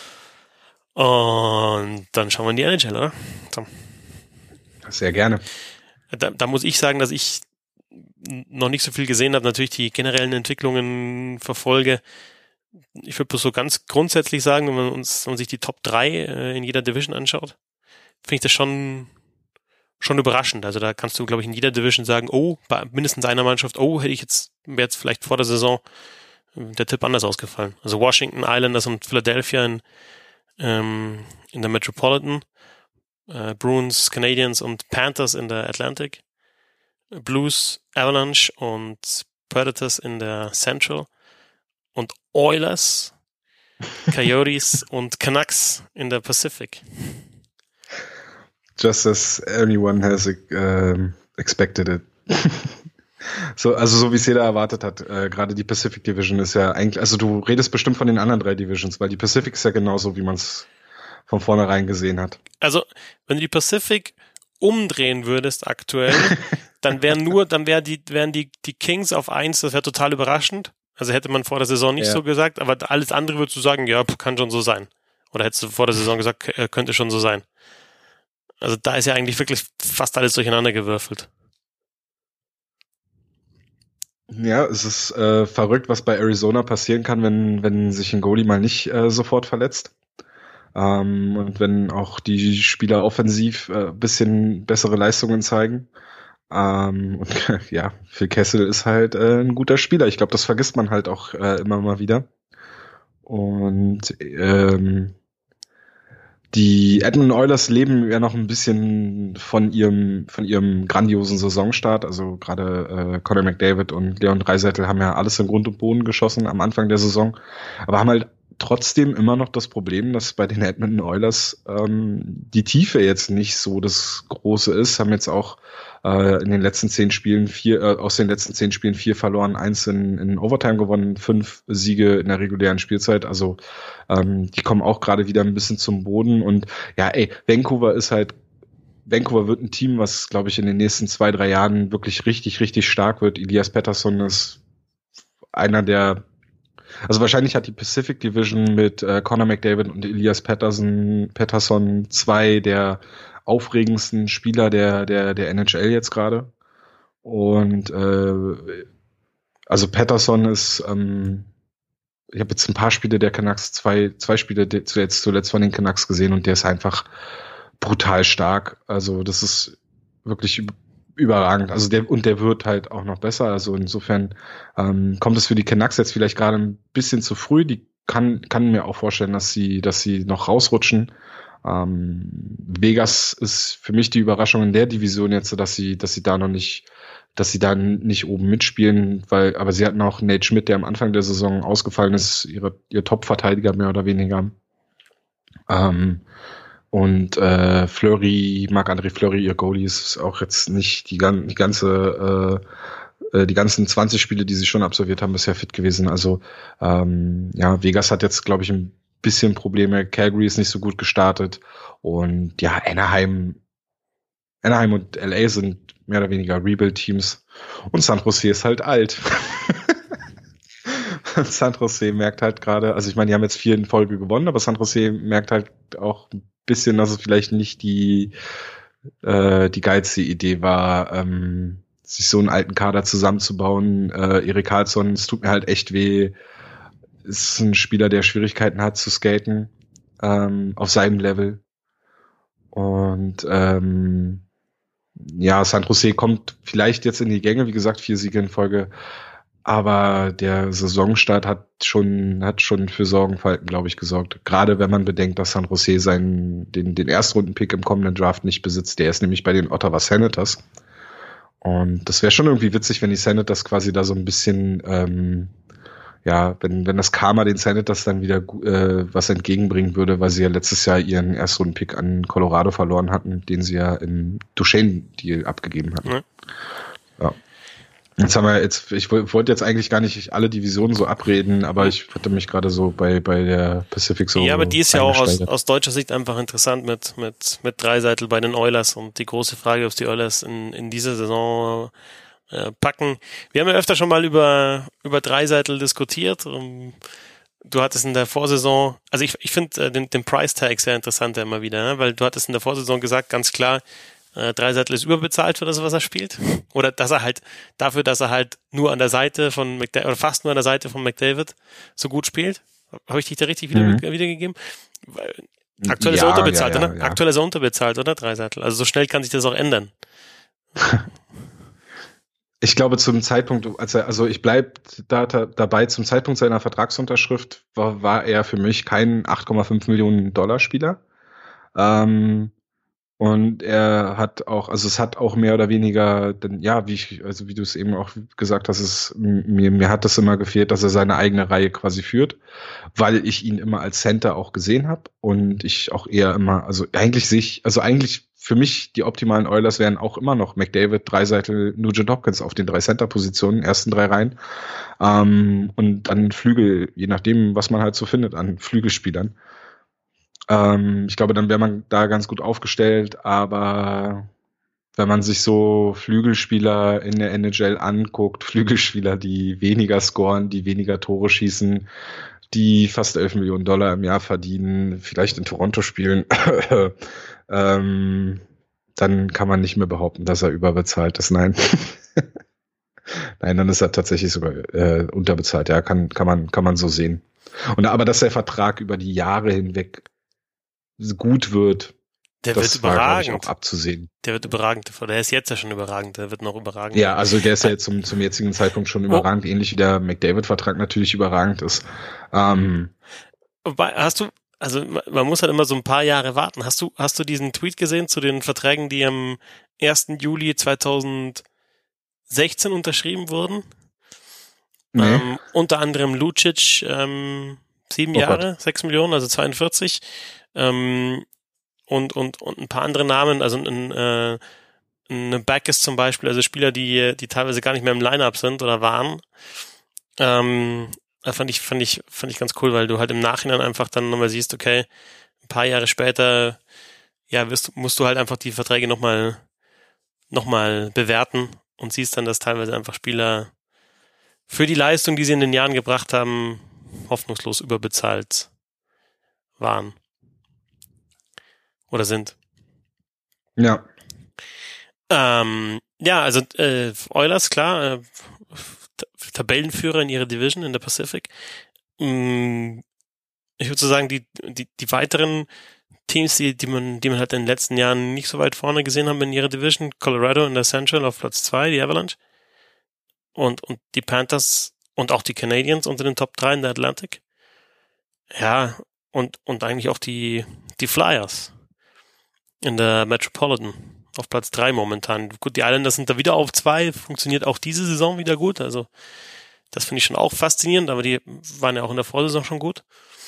Und dann schauen wir in die NHL, oder? So. Sehr gerne. Da muss ich sagen, dass ich noch nicht so viel gesehen habe, natürlich die generellen Entwicklungen verfolge. Ich würde bloß so ganz grundsätzlich sagen, wenn man sich die Top 3 in jeder Division anschaut, finde ich das schon überraschend. Also da kannst du, glaube ich, in jeder Division sagen, oh, bei mindestens einer Mannschaft, oh, wäre jetzt vielleicht vor der Saison der Tipp anders ausgefallen. Also Washington, Islanders und Philadelphia in der Metropolitan, Bruins, Canadiens und Panthers in der Atlantic, Blues, Avalanche und Predators in der Central und Oilers, Coyotes und Canucks in der Pacific. Just as anyone has expected it. So wie es jeder erwartet hat. Gerade die Pacific Division ist ja eigentlich, also du redest bestimmt von den anderen 3 Divisions, weil die Pacific ist ja genauso, wie man es von vornherein gesehen hat. Also, wenn du die Pacific umdrehen würdest aktuell, dann wären die Kings auf 1, das wäre total überraschend. Also hätte man vor der Saison nicht so gesagt, aber alles andere würdest du sagen, ja, kann schon so sein. Oder hättest du vor der Saison gesagt, könnte schon so sein. Also da ist ja eigentlich wirklich fast alles durcheinander gewürfelt. Ja, es ist verrückt, was bei Arizona passieren kann, wenn sich ein Goalie mal nicht sofort verletzt. Und wenn auch die Spieler offensiv bisschen bessere Leistungen zeigen. Und ja, Phil Kessel ist halt ein guter Spieler. Ich glaube, das vergisst man halt auch immer mal wieder. Und die Edmonton Oilers leben ja noch ein bisschen von ihrem grandiosen Saisonstart. Also gerade Connor McDavid und Leon Draisaitl haben ja alles in Grund und Boden geschossen am Anfang der Saison, aber haben halt trotzdem immer noch das Problem, dass bei den Edmonton Oilers die Tiefe jetzt nicht so das Große ist. Haben jetzt auch in den letzten 10 Spielen aus den letzten 10 Spielen 4 verloren, 1 in Overtime gewonnen, 5 Siege in der regulären Spielzeit. Also die kommen auch gerade wieder ein bisschen zum Boden. Und ja, Vancouver wird ein Team, was, glaube ich, in den nächsten 2-3 Jahren wirklich richtig, richtig stark wird. Elias Pettersson ist einer der, also wahrscheinlich hat die Pacific Division mit Connor McDavid und Elias Pettersson 2 der aufregendsten Spieler der NHL jetzt gerade. Und also Pettersson ist, ich habe jetzt ein paar Spiele der Canucks, zwei Spiele zuletzt von den Canucks gesehen und der ist einfach brutal stark. Also das ist wirklich überragend. Also der wird halt auch noch besser. Also insofern kommt es für die Canucks jetzt vielleicht gerade ein bisschen zu früh. Die kann mir auch vorstellen, dass sie noch rausrutschen. Vegas ist für mich die Überraschung in der Division jetzt, dass sie da nicht oben mitspielen, aber sie hatten auch Nate Schmidt, der am Anfang der Saison ausgefallen ist, ihr Top-Verteidiger mehr oder weniger. Und Marc-André Fleury, ihr Goalie, ist auch jetzt nicht die ganzen 20 Spiele, die sie schon absolviert haben, bisher fit gewesen. Also Vegas hat jetzt, glaube ich, ein bisschen Probleme. Calgary ist nicht so gut gestartet. Und ja, Anaheim und LA sind mehr oder weniger Rebuild-Teams. Und San Jose ist halt alt. San Jose merkt halt gerade, also ich meine, die haben jetzt 4 in Folge gewonnen, aber San Jose merkt halt auch ein bisschen, dass es vielleicht nicht die geilste Idee war, sich so einen alten Kader zusammenzubauen. Erik Karlsson, es tut mir halt echt weh, ist ein Spieler, der Schwierigkeiten hat zu skaten auf seinem Level. Und San Jose kommt vielleicht jetzt in die Gänge, wie gesagt, 4 Siege in Folge, aber der Saisonstart hat schon für Sorgenfalten, glaube ich, gesorgt. Gerade wenn man bedenkt, dass San Jose den Erstrunden-Pick im kommenden Draft nicht besitzt. Der ist nämlich bei den Ottawa Senators. Und das wäre schon irgendwie witzig, wenn die Senators quasi da so ein bisschen wenn das Karma den Senators dann wieder was entgegenbringen würde, weil sie ja letztes Jahr ihren Erstrunden-Pick an Colorado verloren hatten, den sie ja im Duchesne-Deal abgegeben hatten. Mhm. Ja. Ich wollte jetzt eigentlich gar nicht alle Divisionen so abreden, aber ich hatte mich gerade so bei der Pacific so. Ja, aber die ist ja auch aus deutscher Sicht einfach interessant mit Draisaitl bei den Oilers und die große Frage, ob die Oilers in dieser Saison packen. Wir haben ja öfter schon mal über Draisaitl diskutiert. Du hattest in der Vorsaison, also ich finde den Price Tag sehr interessant immer wieder, ne? Weil du hattest in der Vorsaison gesagt, ganz klar, Draisaitl ist überbezahlt für das, was er spielt. Oder dass er halt nur an der Seite von McDavid, oder fast nur an der Seite von McDavid so gut spielt. Habe ich dich da richtig wiedergegeben? Aktuell ist er unterbezahlt, ne? Ja. Aktuell ist er unterbezahlt, oder? Draisaitl. Also so schnell kann sich das auch ändern. Ich glaube, zum Zeitpunkt, ich bleibe dabei, zum Zeitpunkt seiner Vertragsunterschrift war er für mich kein 8,5 Millionen $, Spieler. Und er hat auch, also es hat auch mehr oder weniger, wie du es eben auch gesagt hast, mir hat das immer gefehlt, dass er seine eigene Reihe quasi führt, weil ich ihn immer als Center auch gesehen habe und ich auch eher immer, eigentlich für mich die optimalen Oilers wären auch immer noch McDavid, Draisaitl, Nugent Hopkins auf den 3 Center-Positionen, ersten 3 Reihen, und dann Flügel, je nachdem, was man halt so findet an Flügelspielern. Ich glaube, dann wäre man da ganz gut aufgestellt, aber wenn man sich so Flügelspieler in der NHL anguckt, Flügelspieler, die weniger scoren, die weniger Tore schießen, die fast 11 Millionen Dollar im Jahr verdienen, vielleicht in Toronto spielen, dann kann man nicht mehr behaupten, dass er überbezahlt ist. Nein. Nein, dann ist er tatsächlich sogar unterbezahlt. Ja, kann man so sehen. Aber dass der Vertrag über die Jahre hinweg gut wird, der wird überragend. War, auch abzusehen. Der wird überragend. Der ist jetzt ja schon überragend. Der wird noch überragend. Ja, also der ist ja jetzt zum jetzigen Zeitpunkt schon überragend, ähnlich wie der McDavid-Vertrag natürlich überragend ist. Wobei, man muss halt immer so ein paar Jahre warten. Hast du diesen Tweet gesehen zu den Verträgen, die am 1. Juli 2016 unterschrieben wurden? Nee. Unter anderem Lucic, 7 Jahre, 6 Millionen, also 42. Und ein paar andere Namen, also ein Backes zum Beispiel, also Spieler, die teilweise gar nicht mehr im Line-Up sind oder waren. Fand ich ganz cool, weil du halt im Nachhinein einfach dann nochmal siehst, okay, ein paar Jahre später, ja, musst du halt einfach die Verträge nochmal bewerten und siehst dann, dass teilweise einfach Spieler für die Leistung, die sie in den Jahren gebracht haben, hoffnungslos überbezahlt waren. Oder sind. Ja. Also Oilers, klar, Tabellenführer in ihrer Division in der Pacific. Ich würde so sagen, die weiteren Teams, die man halt in den letzten Jahren nicht so weit vorne gesehen haben in ihrer Division, Colorado in der Central auf Platz 2, die Avalanche. Und die Panthers und auch die Canadiens unter den Top 3 in der Atlantic. Ja, und eigentlich auch die Flyers in der Metropolitan auf Platz 3 momentan. Gut, die Islanders sind da wieder auf 2, funktioniert auch diese Saison wieder gut, also das finde ich schon auch faszinierend, aber die waren ja auch in der Vorsaison schon gut.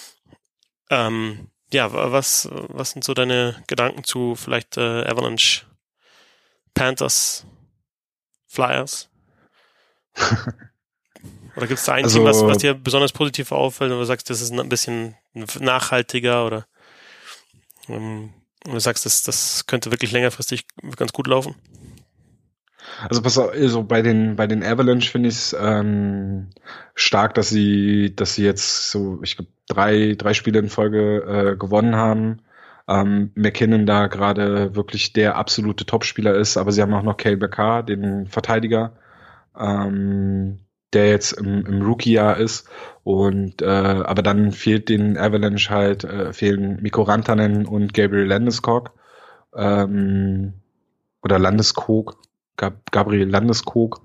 Was sind so deine Gedanken zu vielleicht Avalanche, Panthers, Flyers? Oder gibt es da ein Team, was dir besonders positiv auffällt, und du sagst, das ist ein bisschen nachhaltiger, oder du sagst, das könnte wirklich längerfristig ganz gut laufen? Also pass auf, also bei den Avalanche finde ich es stark, dass sie jetzt so, ich glaube, drei Spiele in Folge gewonnen haben. McKinnon da gerade wirklich der absolute Topspieler ist, aber sie haben auch noch Cale Makar, den Verteidiger, der jetzt im Rookie-Jahr ist, und aber dann fehlt den Avalanche halt, fehlen Mikko Rantanen und Gabriel Landeskog, oder Landeskog, Gabriel Landeskog.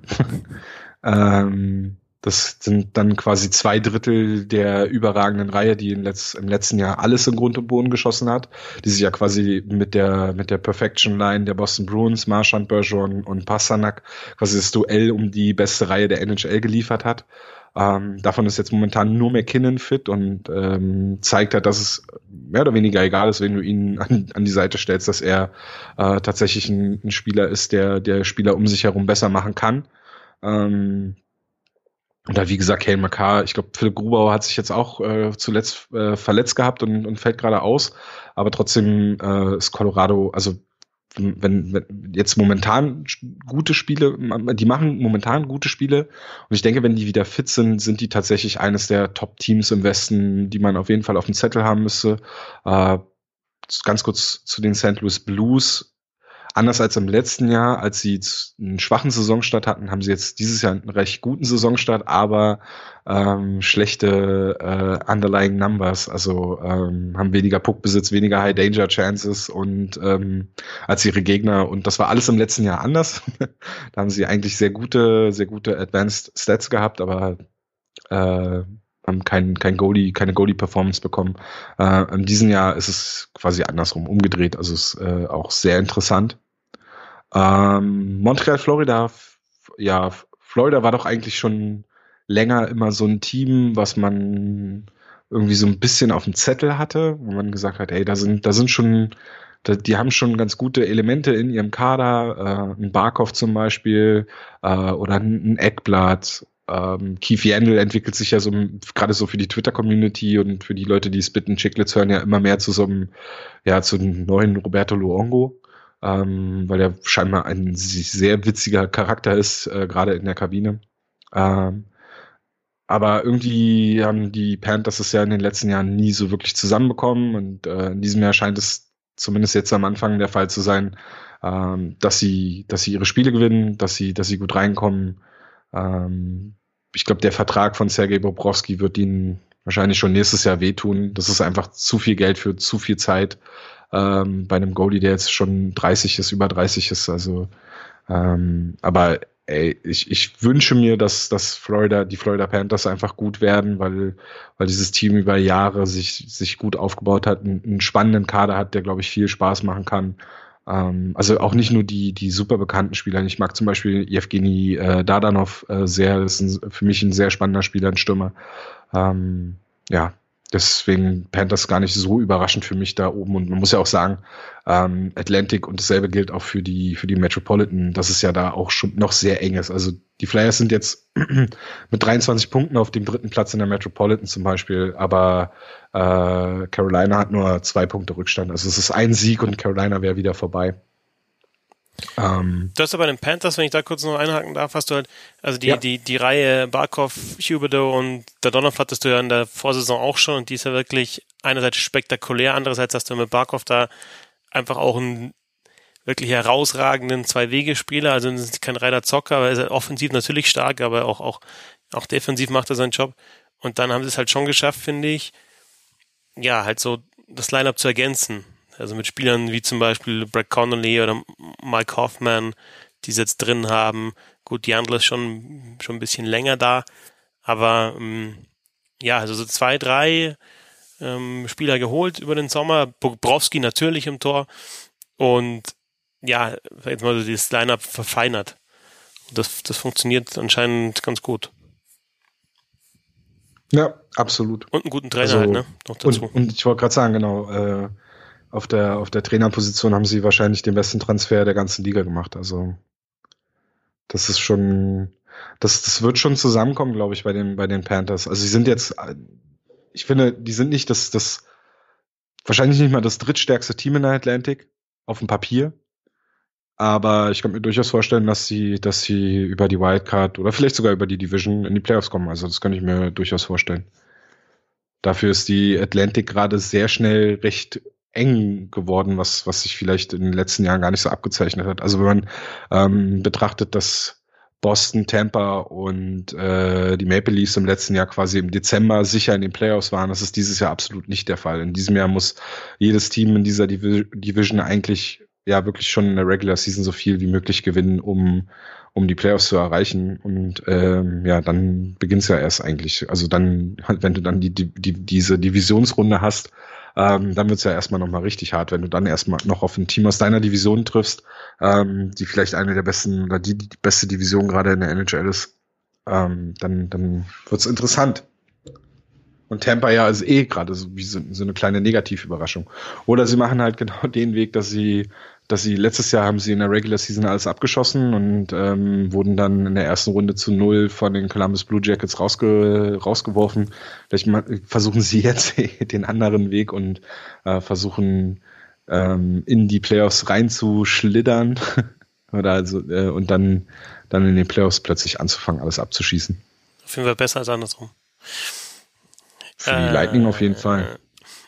Das sind dann quasi 2/3 der überragenden Reihe, die im letzten Jahr alles in Grund und Boden geschossen hat, die sich ja quasi mit der Perfection Line der Boston Bruins, Marchand, Bergeron und Pasternak quasi das Duell um die beste Reihe der NHL geliefert hat. Davon ist jetzt momentan nur McKinnon fit und zeigt halt, dass es mehr oder weniger egal ist, wenn du ihn an die Seite stellst, dass er tatsächlich ein Spieler ist, der Spieler um sich herum besser machen kann. Und da, wie gesagt, Cale Makar, ich glaube, Philipp Grubauer hat sich jetzt auch zuletzt verletzt gehabt und fällt gerade aus. Aber trotzdem ist Colorado, also wenn jetzt momentan gute Spiele, die machen momentan gute Spiele. Und ich denke, wenn die wieder fit sind, sind die tatsächlich eines der Top-Teams im Westen, die man auf jeden Fall auf dem Zettel haben müsste. Ganz kurz zu den St. Louis Blues. Anders als im letzten Jahr, als sie einen schwachen Saisonstart hatten, haben sie jetzt dieses Jahr einen recht guten Saisonstart, aber schlechte Underlying Numbers, also haben weniger Puckbesitz, weniger High Danger Chances und als ihre Gegner, und das war alles im letzten Jahr anders. Da haben sie eigentlich sehr gute Advanced Stats gehabt, aber haben keine Goalie-Performance bekommen. In diesem Jahr ist es quasi andersrum, umgedreht, also ist auch sehr interessant. Montreal, Florida, ja, Florida war doch eigentlich schon länger immer so ein Team, was man irgendwie so ein bisschen auf dem Zettel hatte, wo man gesagt hat, ey, die haben schon ganz gute Elemente in ihrem Kader, ein Barkov zum Beispiel, oder ein Ekblad. Keith Yandel entwickelt sich ja so, gerade so für die Twitter-Community und für die Leute, die Spit and Chicklets hören, ja immer mehr zu so einem, ja, zu einem neuen Roberto Luongo. weil er scheinbar ein sehr witziger Charakter ist, gerade in der Kabine. Aber irgendwie haben die Panthers es ja in den letzten Jahren nie so wirklich zusammenbekommen und in diesem Jahr scheint es zumindest jetzt am Anfang der Fall zu sein, dass sie ihre Spiele gewinnen, dass sie gut reinkommen. Ich glaube, der Vertrag von Sergei Bobrovsky wird ihnen wahrscheinlich schon nächstes Jahr wehtun. Das ist einfach zu viel Geld für zu viel Zeit bei einem Goalie, der jetzt schon 30 ist, über 30 ist. Also, aber ey, ich wünsche mir, dass die Florida Panthers einfach gut werden, weil dieses Team über Jahre sich gut aufgebaut hat, einen spannenden Kader hat, der, glaube ich, viel Spaß machen kann. Also auch nicht nur die super bekannten Spieler. Ich mag zum Beispiel Evgeny Dardanov sehr. Das ist für mich ein sehr spannender Spieler, ein Stürmer. Ja, deswegen Panthers gar nicht so überraschend für mich da oben. Und man muss ja auch sagen, Atlantic und dasselbe gilt auch für die Metropolitan, dass es ja da auch schon noch sehr eng ist. Also die Flyers sind jetzt mit 23 Punkten auf dem 3. Platz in der Metropolitan zum Beispiel, aber Carolina hat nur 2 Punkte Rückstand. Also es ist ein Sieg und Carolina wäre wieder vorbei. Du hast aber bei den Panthers, wenn ich da kurz noch einhaken darf, hast du halt, also die Reihe Barkov, Huberdeau und Dadonov hattest du ja in der Vorsaison auch schon und die ist ja wirklich einerseits spektakulär, andererseits hast du mit Barkov da einfach auch einen wirklich herausragenden Zwei-Wege-Spieler, also kein reiner Zocker, aber er ist offensiv natürlich stark, aber auch defensiv macht er seinen Job und dann haben sie es halt schon geschafft, finde ich, ja, halt so das Line-Up zu ergänzen. Also mit Spielern wie zum Beispiel Brett Connolly oder Mike Hoffman, die sie jetzt drin haben. Gut, Jandl ist schon ein bisschen länger da, aber ja, also so 2, 3 Spieler geholt über den Sommer. Bobrovsky natürlich im Tor und ja, jetzt mal so dieses Line-Up verfeinert. Das funktioniert anscheinend ganz gut. Ja, absolut. Und einen guten Trainer halt, ne? Noch dazu. Und ich wollte gerade sagen, genau, auf der Trainerposition haben sie wahrscheinlich den besten Transfer der ganzen Liga gemacht. Also das ist schon, das wird schon zusammenkommen, glaube ich, bei den Panthers. Also sie sind jetzt, ich finde, die sind nicht wahrscheinlich nicht mal das drittstärkste Team in der Atlantic auf dem Papier. Aber ich kann mir durchaus vorstellen, dass sie über die Wildcard oder vielleicht sogar über die Division in die Playoffs kommen. Also das kann ich mir durchaus vorstellen. Dafür ist die Atlantic gerade sehr schnell recht eng geworden, was sich vielleicht in den letzten Jahren gar nicht so abgezeichnet hat. Also wenn man betrachtet, dass Boston, Tampa und die Maple Leafs im letzten Jahr quasi im Dezember sicher in den Playoffs waren, das ist dieses Jahr absolut nicht der Fall. In diesem Jahr muss jedes Team in dieser Division eigentlich ja wirklich schon in der Regular Season so viel wie möglich gewinnen, um die Playoffs zu erreichen. Und ja, dann beginnt's ja erst eigentlich. Also dann, wenn du dann diese Divisionsrunde hast, dann wird's ja erstmal nochmal richtig hart, wenn du dann erstmal noch auf ein Team aus deiner Division triffst, die vielleicht eine der besten oder die beste Division gerade in der NHL ist, dann wird's interessant. Und Tampa ja ist gerade so wie so eine kleine Negativüberraschung. Oder sie machen halt genau den Weg, dass sie letztes Jahr haben sie in der Regular Season alles abgeschossen und wurden dann in der ersten Runde zu 0 von den Columbus Blue Jackets rausgeworfen. Vielleicht versuchen sie jetzt den anderen Weg und versuchen in die Playoffs reinzuschlittern oder also und dann in den Playoffs plötzlich anzufangen, alles abzuschießen. Auf jeden Fall besser als andersrum. Für die Lightning auf jeden Fall.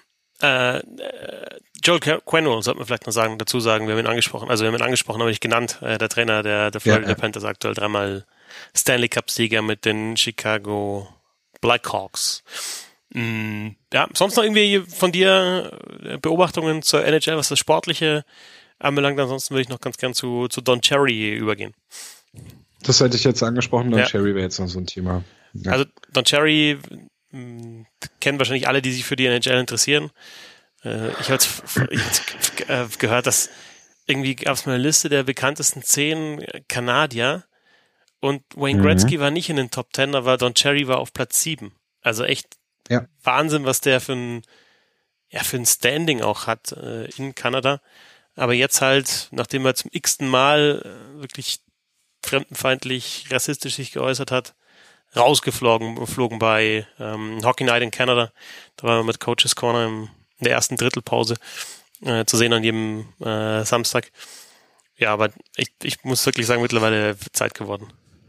Joel Quenneville, sollte man vielleicht noch dazu sagen, wir haben ihn angesprochen, aber nicht genannt, der Trainer der Florida Panthers, aktuell 3-mal Stanley Cup-Sieger mit den Chicago Blackhawks. Ja, sonst noch irgendwie von dir Beobachtungen zur NHL, was das Sportliche anbelangt? Ansonsten würde ich noch ganz gern zu Don Cherry übergehen. Das hätte ich jetzt angesprochen, Don Cherry wäre jetzt noch so ein Thema. Ja. Also Don Cherry kennen wahrscheinlich alle, die sich für die NHL interessieren. Ich habe jetzt gehört, dass irgendwie gab es mal eine Liste der bekanntesten 10 Kanadier und Wayne Gretzky war nicht in den Top 10, aber Don Cherry war auf Platz 7. Also echt Wahnsinn, was der für ein Standing auch hat in Kanada. Aber jetzt halt, nachdem er zum x-ten Mal wirklich fremdenfeindlich, rassistisch sich geäußert hat, rausgeflogen bei Hockey Night in Canada. Da war er mit Coaches Corner in der ersten Drittelpause. zu sehen an jedem Samstag. Ja, aber ich muss wirklich sagen, mittlerweile Zeit geworden.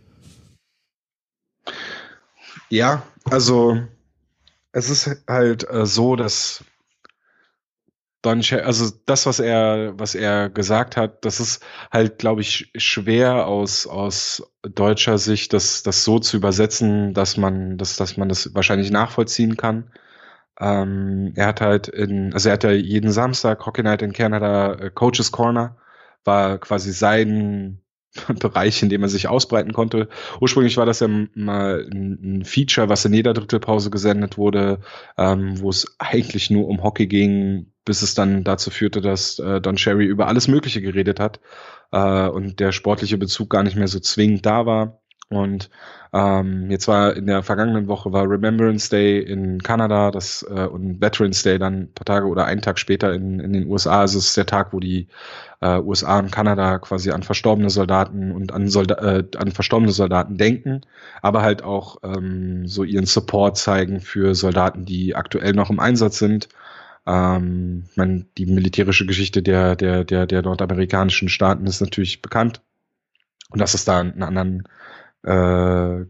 Ja, also es ist halt so, dass Don Cherry, also das, was er gesagt hat, das ist halt, glaube ich, schwer aus deutscher Sicht, das so zu übersetzen, dass man das wahrscheinlich nachvollziehen kann. Er hat halt er hat ja jeden Samstag Hockey Night in Canada, Coach's Corner, war quasi sein Bereich, in dem er sich ausbreiten konnte. Ursprünglich war das ja mal ein Feature, was in jeder Drittelpause gesendet wurde, wo es eigentlich nur um Hockey ging, bis es dann dazu führte, dass Don Cherry über alles Mögliche geredet hat und der sportliche Bezug gar nicht mehr so zwingend da war. Und jetzt war in der vergangenen Woche war Remembrance Day in Kanada, und Veterans Day dann ein paar Tage oder einen Tag später in den USA. Also es ist der Tag, wo die USA und Kanada quasi an verstorbene Soldaten und an verstorbene Soldaten denken, aber halt auch so ihren Support zeigen für Soldaten, die aktuell noch im Einsatz sind. Die militärische Geschichte der nordamerikanischen Staaten ist natürlich bekannt. Und dass es da einen anderen eine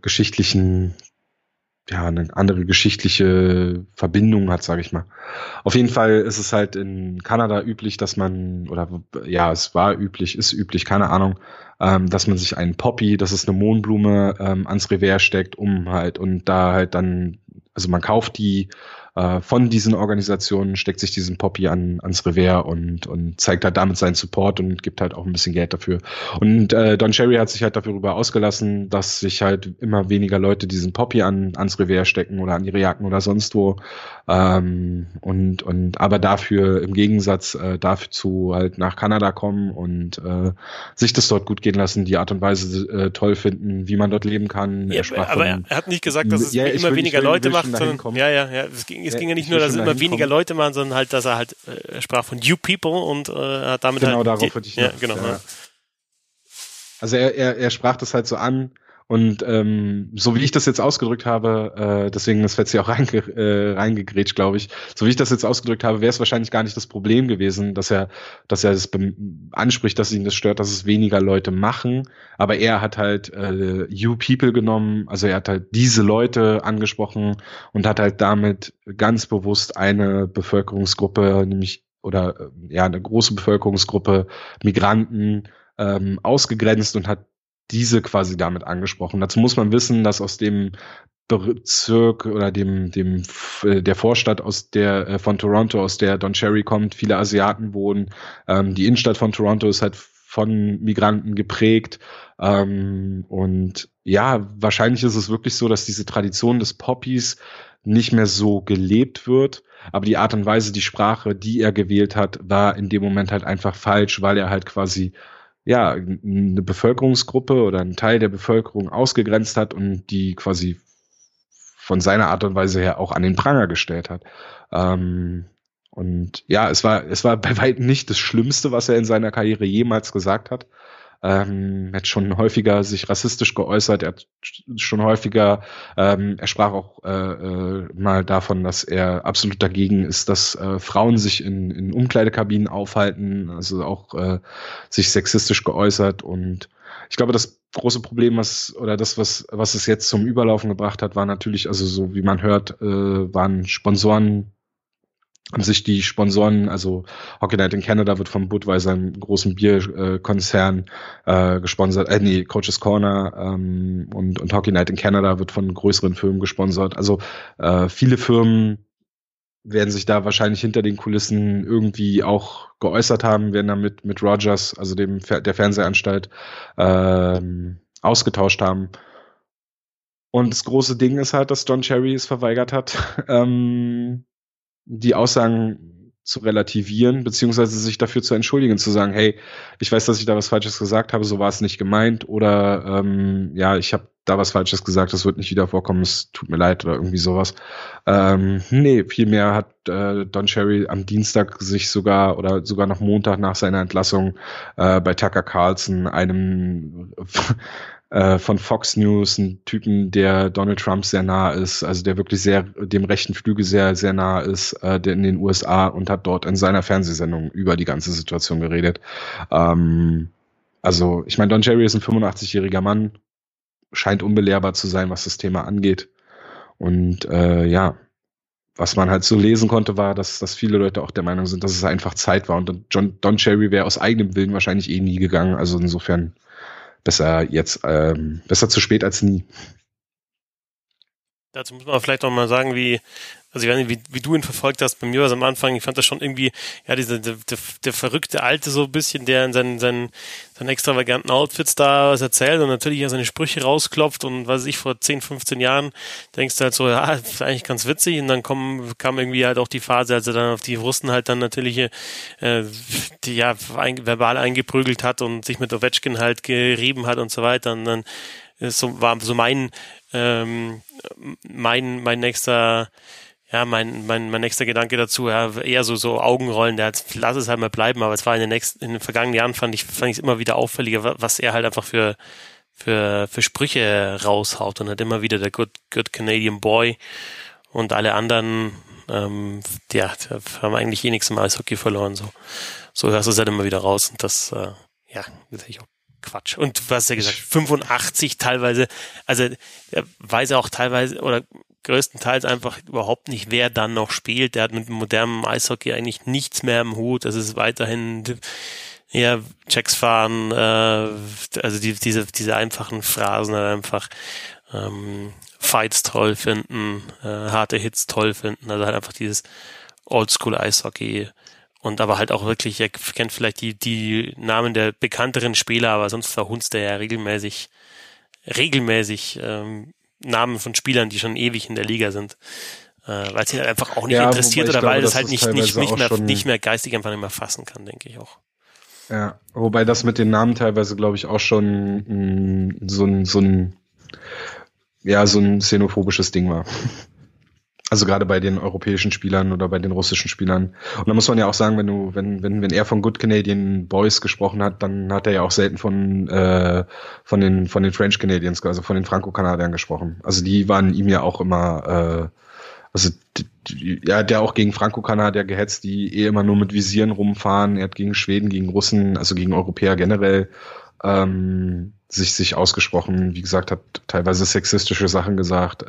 andere geschichtliche Verbindung hat, sage ich mal. Auf jeden Fall ist es halt in Kanada üblich, dass man, ist üblich, keine Ahnung, dass man sich einen Poppy, das ist eine Mohnblume, ans Revers steckt, also man kauft die von diesen Organisationen, steckt sich diesen Poppy ans Revers und zeigt halt damit seinen Support und gibt halt auch ein bisschen Geld dafür. Und Don Cherry hat sich halt darüber ausgelassen, dass sich halt immer weniger Leute diesen Poppy ans Revers stecken oder an ihre Jacken oder sonst wo. Aber dafür im Gegensatz dazu halt nach Kanada kommen und sich das dort gut gehen lassen, die Art und Weise toll finden, wie man dort leben kann. Ja, aber er hat nicht gesagt, dass es immer weniger Leute macht, sondern es ging ja nicht nur, dass es immer weniger Leute machen, sondern halt, dass er halt sprach von you people und hat damit genau halt darauf würde ich noch. Genau. Ja. Also er sprach das halt so an und so wie ich das jetzt ausgedrückt habe, deswegen ist jetzt hier auch reingegrätscht, glaube ich, so wie ich das jetzt ausgedrückt habe, wäre es wahrscheinlich gar nicht das Problem gewesen, dass er das anspricht, dass ihn das stört, dass es weniger Leute machen, aber er hat halt you people genommen, also er hat halt diese Leute angesprochen und hat halt damit ganz bewusst eine Bevölkerungsgruppe, eine große Bevölkerungsgruppe Migranten ausgegrenzt und hat diese quasi damit angesprochen. Dazu muss man wissen, dass aus dem Bezirk oder der Vorstadt von Toronto, aus der Don Cherry kommt, viele Asiaten wohnen. Die Innenstadt von Toronto ist halt von Migranten geprägt. Und ja, wahrscheinlich ist es wirklich so, dass diese Tradition des Poppies nicht mehr so gelebt wird. Aber die Art und Weise, die Sprache, die er gewählt hat, war in dem Moment halt einfach falsch, weil er halt quasi eine Bevölkerungsgruppe oder einen Teil der Bevölkerung ausgegrenzt hat und die quasi von seiner Art und Weise her auch an den Pranger gestellt hat. Und ja, es war bei weitem nicht das Schlimmste, was er in seiner Karriere jemals gesagt hat. Er hat schon häufiger sich rassistisch geäußert, er hat schon häufiger, er sprach auch mal davon, dass er absolut dagegen ist, dass Frauen sich in Umkleidekabinen aufhalten, also auch sich sexistisch geäußert. Und ich glaube, das große Problem, was es jetzt zum Überlaufen gebracht hat, war natürlich, also so wie man hört, waren Sponsoren, haben sich die Sponsoren, also Hockey Night in Canada wird vom Budweiser, einem großen Bierkonzern, gesponsert, Coach's Corner und Hockey Night in Canada wird von größeren Firmen gesponsert. Also viele Firmen werden sich da wahrscheinlich hinter den Kulissen irgendwie auch geäußert haben, werden damit mit Rogers, also der Fernsehanstalt, ausgetauscht haben. Und das große Ding ist halt, dass Don Cherry es verweigert hat, die Aussagen zu relativieren, beziehungsweise sich dafür zu entschuldigen, zu sagen, hey, ich weiß, dass ich da was Falsches gesagt habe, so war es nicht gemeint, oder ich habe da was Falsches gesagt, das wird nicht wieder vorkommen, es tut mir leid oder irgendwie sowas. Nee, vielmehr hat Don Cherry am Dienstag sich sogar noch Montag nach seiner Entlassung bei Tucker Carlson, einem von Fox News, einen Typen, der Donald Trump sehr nah ist, also der wirklich sehr dem rechten Flügel sehr, sehr nah ist, der in den USA, und hat dort in seiner Fernsehsendung über die ganze Situation geredet. Also, ich meine, Don Cherry ist ein 85-jähriger Mann, scheint unbelehrbar zu sein, was das Thema angeht. Und ja, was man halt so lesen konnte, war, dass viele Leute auch der Meinung sind, dass es einfach Zeit war. Und Don Cherry wäre aus eigenem Willen wahrscheinlich nie gegangen. Also insofern besser zu spät als nie. Dazu muss man vielleicht auch mal sagen, also ich weiß nicht, wie du ihn verfolgt hast. Bei mir war es am Anfang, ich fand das schon irgendwie, ja, der verrückte Alte so ein bisschen, der in seinen extravaganten Outfits da was erzählt und natürlich seine Sprüche rausklopft, und was weiß ich, vor 10, 15 Jahren denkst du halt so, ja, das ist eigentlich ganz witzig, und dann kam irgendwie halt auch die Phase, als er dann auf die Russen halt dann natürlich verbal eingeprügelt hat und sich mit Ovechkin halt gerieben hat und so weiter, und dann war so mein nächster Gedanke dazu, ja, eher so Augenrollen, lass es halt mal bleiben, aber es war in den vergangenen Jahren fand ich es immer wieder auffälliger, was er halt einfach für Sprüche raushaut, und halt immer wieder der Good Canadian Boy, und alle anderen, haben eigentlich nichts im Eishockey verloren, so hörst du es halt immer wieder raus, und das, natürlich auch Quatsch. Und du hast ja gesagt, 85 teilweise, also er weiß auch teilweise oder größtenteils einfach überhaupt nicht, wer dann noch spielt. Der hat mit modernem Eishockey eigentlich nichts mehr im Hut. Das ist weiterhin eher Checks fahren, also diese einfachen Phrasen einfach Fights toll finden, harte Hits toll finden. Also halt einfach dieses Oldschool-Eishockey. Und aber halt auch wirklich, er kennt vielleicht die Namen der bekannteren Spieler, aber sonst verhunzt er ja regelmäßig Namen von Spielern, die schon ewig in der Liga sind. Weil es ihn halt einfach auch nicht interessiert, oder weil es halt nicht mehr geistig einfach nicht mehr fassen kann, denke ich auch. Ja, wobei das mit den Namen teilweise, glaube ich, auch schon so ein xenophobisches Ding war. Also gerade bei den europäischen Spielern oder bei den russischen Spielern. Und da muss man ja auch sagen, wenn er von Good Canadian Boys gesprochen hat, dann hat er ja auch selten von den French Canadians, also von den Franco-Kanadiern gesprochen. Also die waren ihm ja auch immer, der auch gegen Franco-Kanadier gehetzt, die immer nur mit Visieren rumfahren. Er hat gegen Schweden, gegen Russen, also gegen Europäer generell sich ausgesprochen. Wie gesagt, hat teilweise sexistische Sachen gesagt.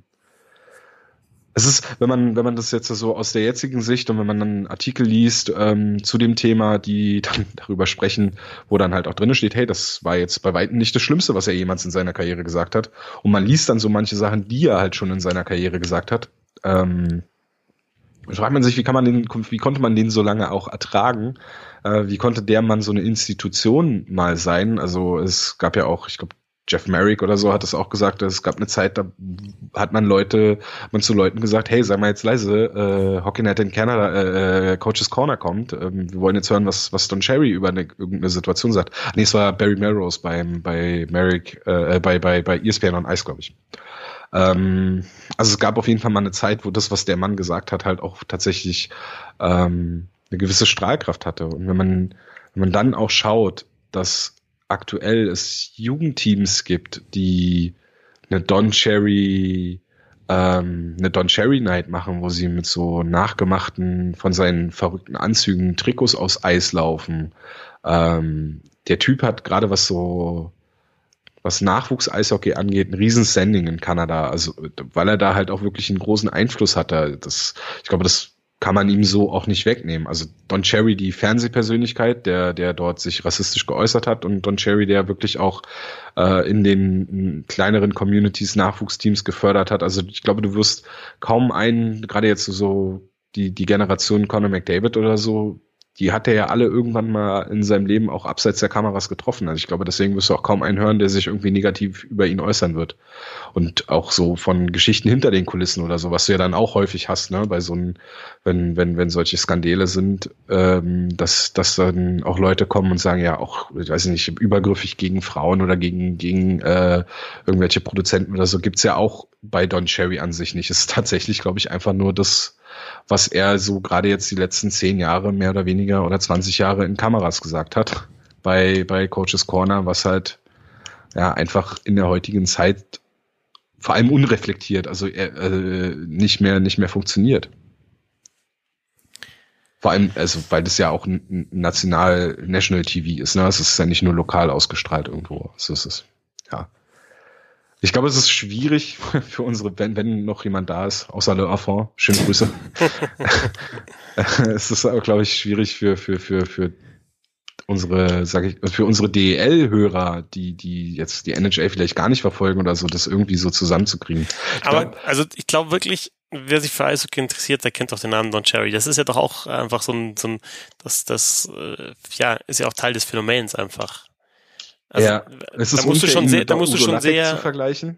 Es ist, wenn man das jetzt so aus der jetzigen Sicht und wenn man dann Artikel liest zu dem Thema, die dann darüber sprechen, wo dann halt auch drin steht, hey, das war jetzt bei weitem nicht das Schlimmste, was er jemals in seiner Karriere gesagt hat. Und man liest dann so manche Sachen, die er halt schon in seiner Karriere gesagt hat. Fragt man sich, wie konnte man den so lange auch ertragen? Wie konnte der Mann so eine Institution mal sein? Also es gab ja auch, ich glaube, Jeff Merrick oder so hat es auch gesagt, es gab eine Zeit, da hat man zu Leuten gesagt, hey, sei mal jetzt leise, Hockey Night in Canada, Coach's Corner kommt, wir wollen jetzt hören, was Don Cherry über irgendeine Situation sagt. Nee, es war Barry Melrose bei Merrick, bei ESPN on Ice, glaube ich. Also es gab auf jeden Fall mal eine Zeit, wo das, was der Mann gesagt hat, halt auch tatsächlich eine gewisse Strahlkraft hatte. Und wenn man dann auch schaut, dass aktuell es Jugendteams gibt, die eine Don Cherry Night machen, wo sie mit so nachgemachten, von seinen verrückten Anzügen Trikots aus Eis laufen. Der Typ hat gerade was Nachwuchs-Eishockey angeht, ein riesen Standing in Kanada, also weil er da halt auch wirklich einen großen Einfluss hatte. Ich glaube, das kann man ihm so auch nicht wegnehmen. Also Don Cherry, die Fernsehpersönlichkeit, der dort sich rassistisch geäußert hat, und Don Cherry, der wirklich auch in den kleineren Communities Nachwuchsteams gefördert hat. Also ich glaube, du wirst kaum einen, gerade jetzt so die Generation Conor McDavid oder so, die hat er ja alle irgendwann mal in seinem Leben auch abseits der Kameras getroffen. Also ich glaube, deswegen wirst du auch kaum einen hören, der sich irgendwie negativ über ihn äußern wird. Und auch so von Geschichten hinter den Kulissen oder so, was du ja dann auch häufig hast, ne, bei so einem, wenn solche Skandale sind, dass dann auch Leute kommen und sagen, ja, auch, ich weiß nicht, übergriffig gegen Frauen oder gegen irgendwelche Produzenten oder so, gibt's ja auch bei Don Cherry an sich nicht. Es ist tatsächlich, glaube ich, einfach nur das, was er so gerade jetzt die letzten 10 Jahre mehr oder weniger oder 20 Jahre in Kameras gesagt hat bei Coach's Corner, was halt ja einfach in der heutigen Zeit vor allem unreflektiert, also nicht mehr funktioniert. Vor allem, also weil das ja auch ein National TV ist, ne? Es ist ja nicht nur lokal ausgestrahlt irgendwo. Also es ist, ja. Ich glaube, es ist schwierig für unsere, wenn noch jemand da ist, außer Le Affront. Schöne Grüße. Es ist aber, glaube ich, schwierig für unsere, für unsere DEL-Hörer, die jetzt die NHL vielleicht gar nicht verfolgen oder so, das irgendwie so zusammenzukriegen. Also ich glaube wirklich, wer sich für Eishockey interessiert, der kennt doch den Namen Don Cherry. Das ist ja doch auch einfach so ein das ist ja auch Teil des Phänomens einfach. Also, ja, es ist da musst du schon sehr zu vergleichen.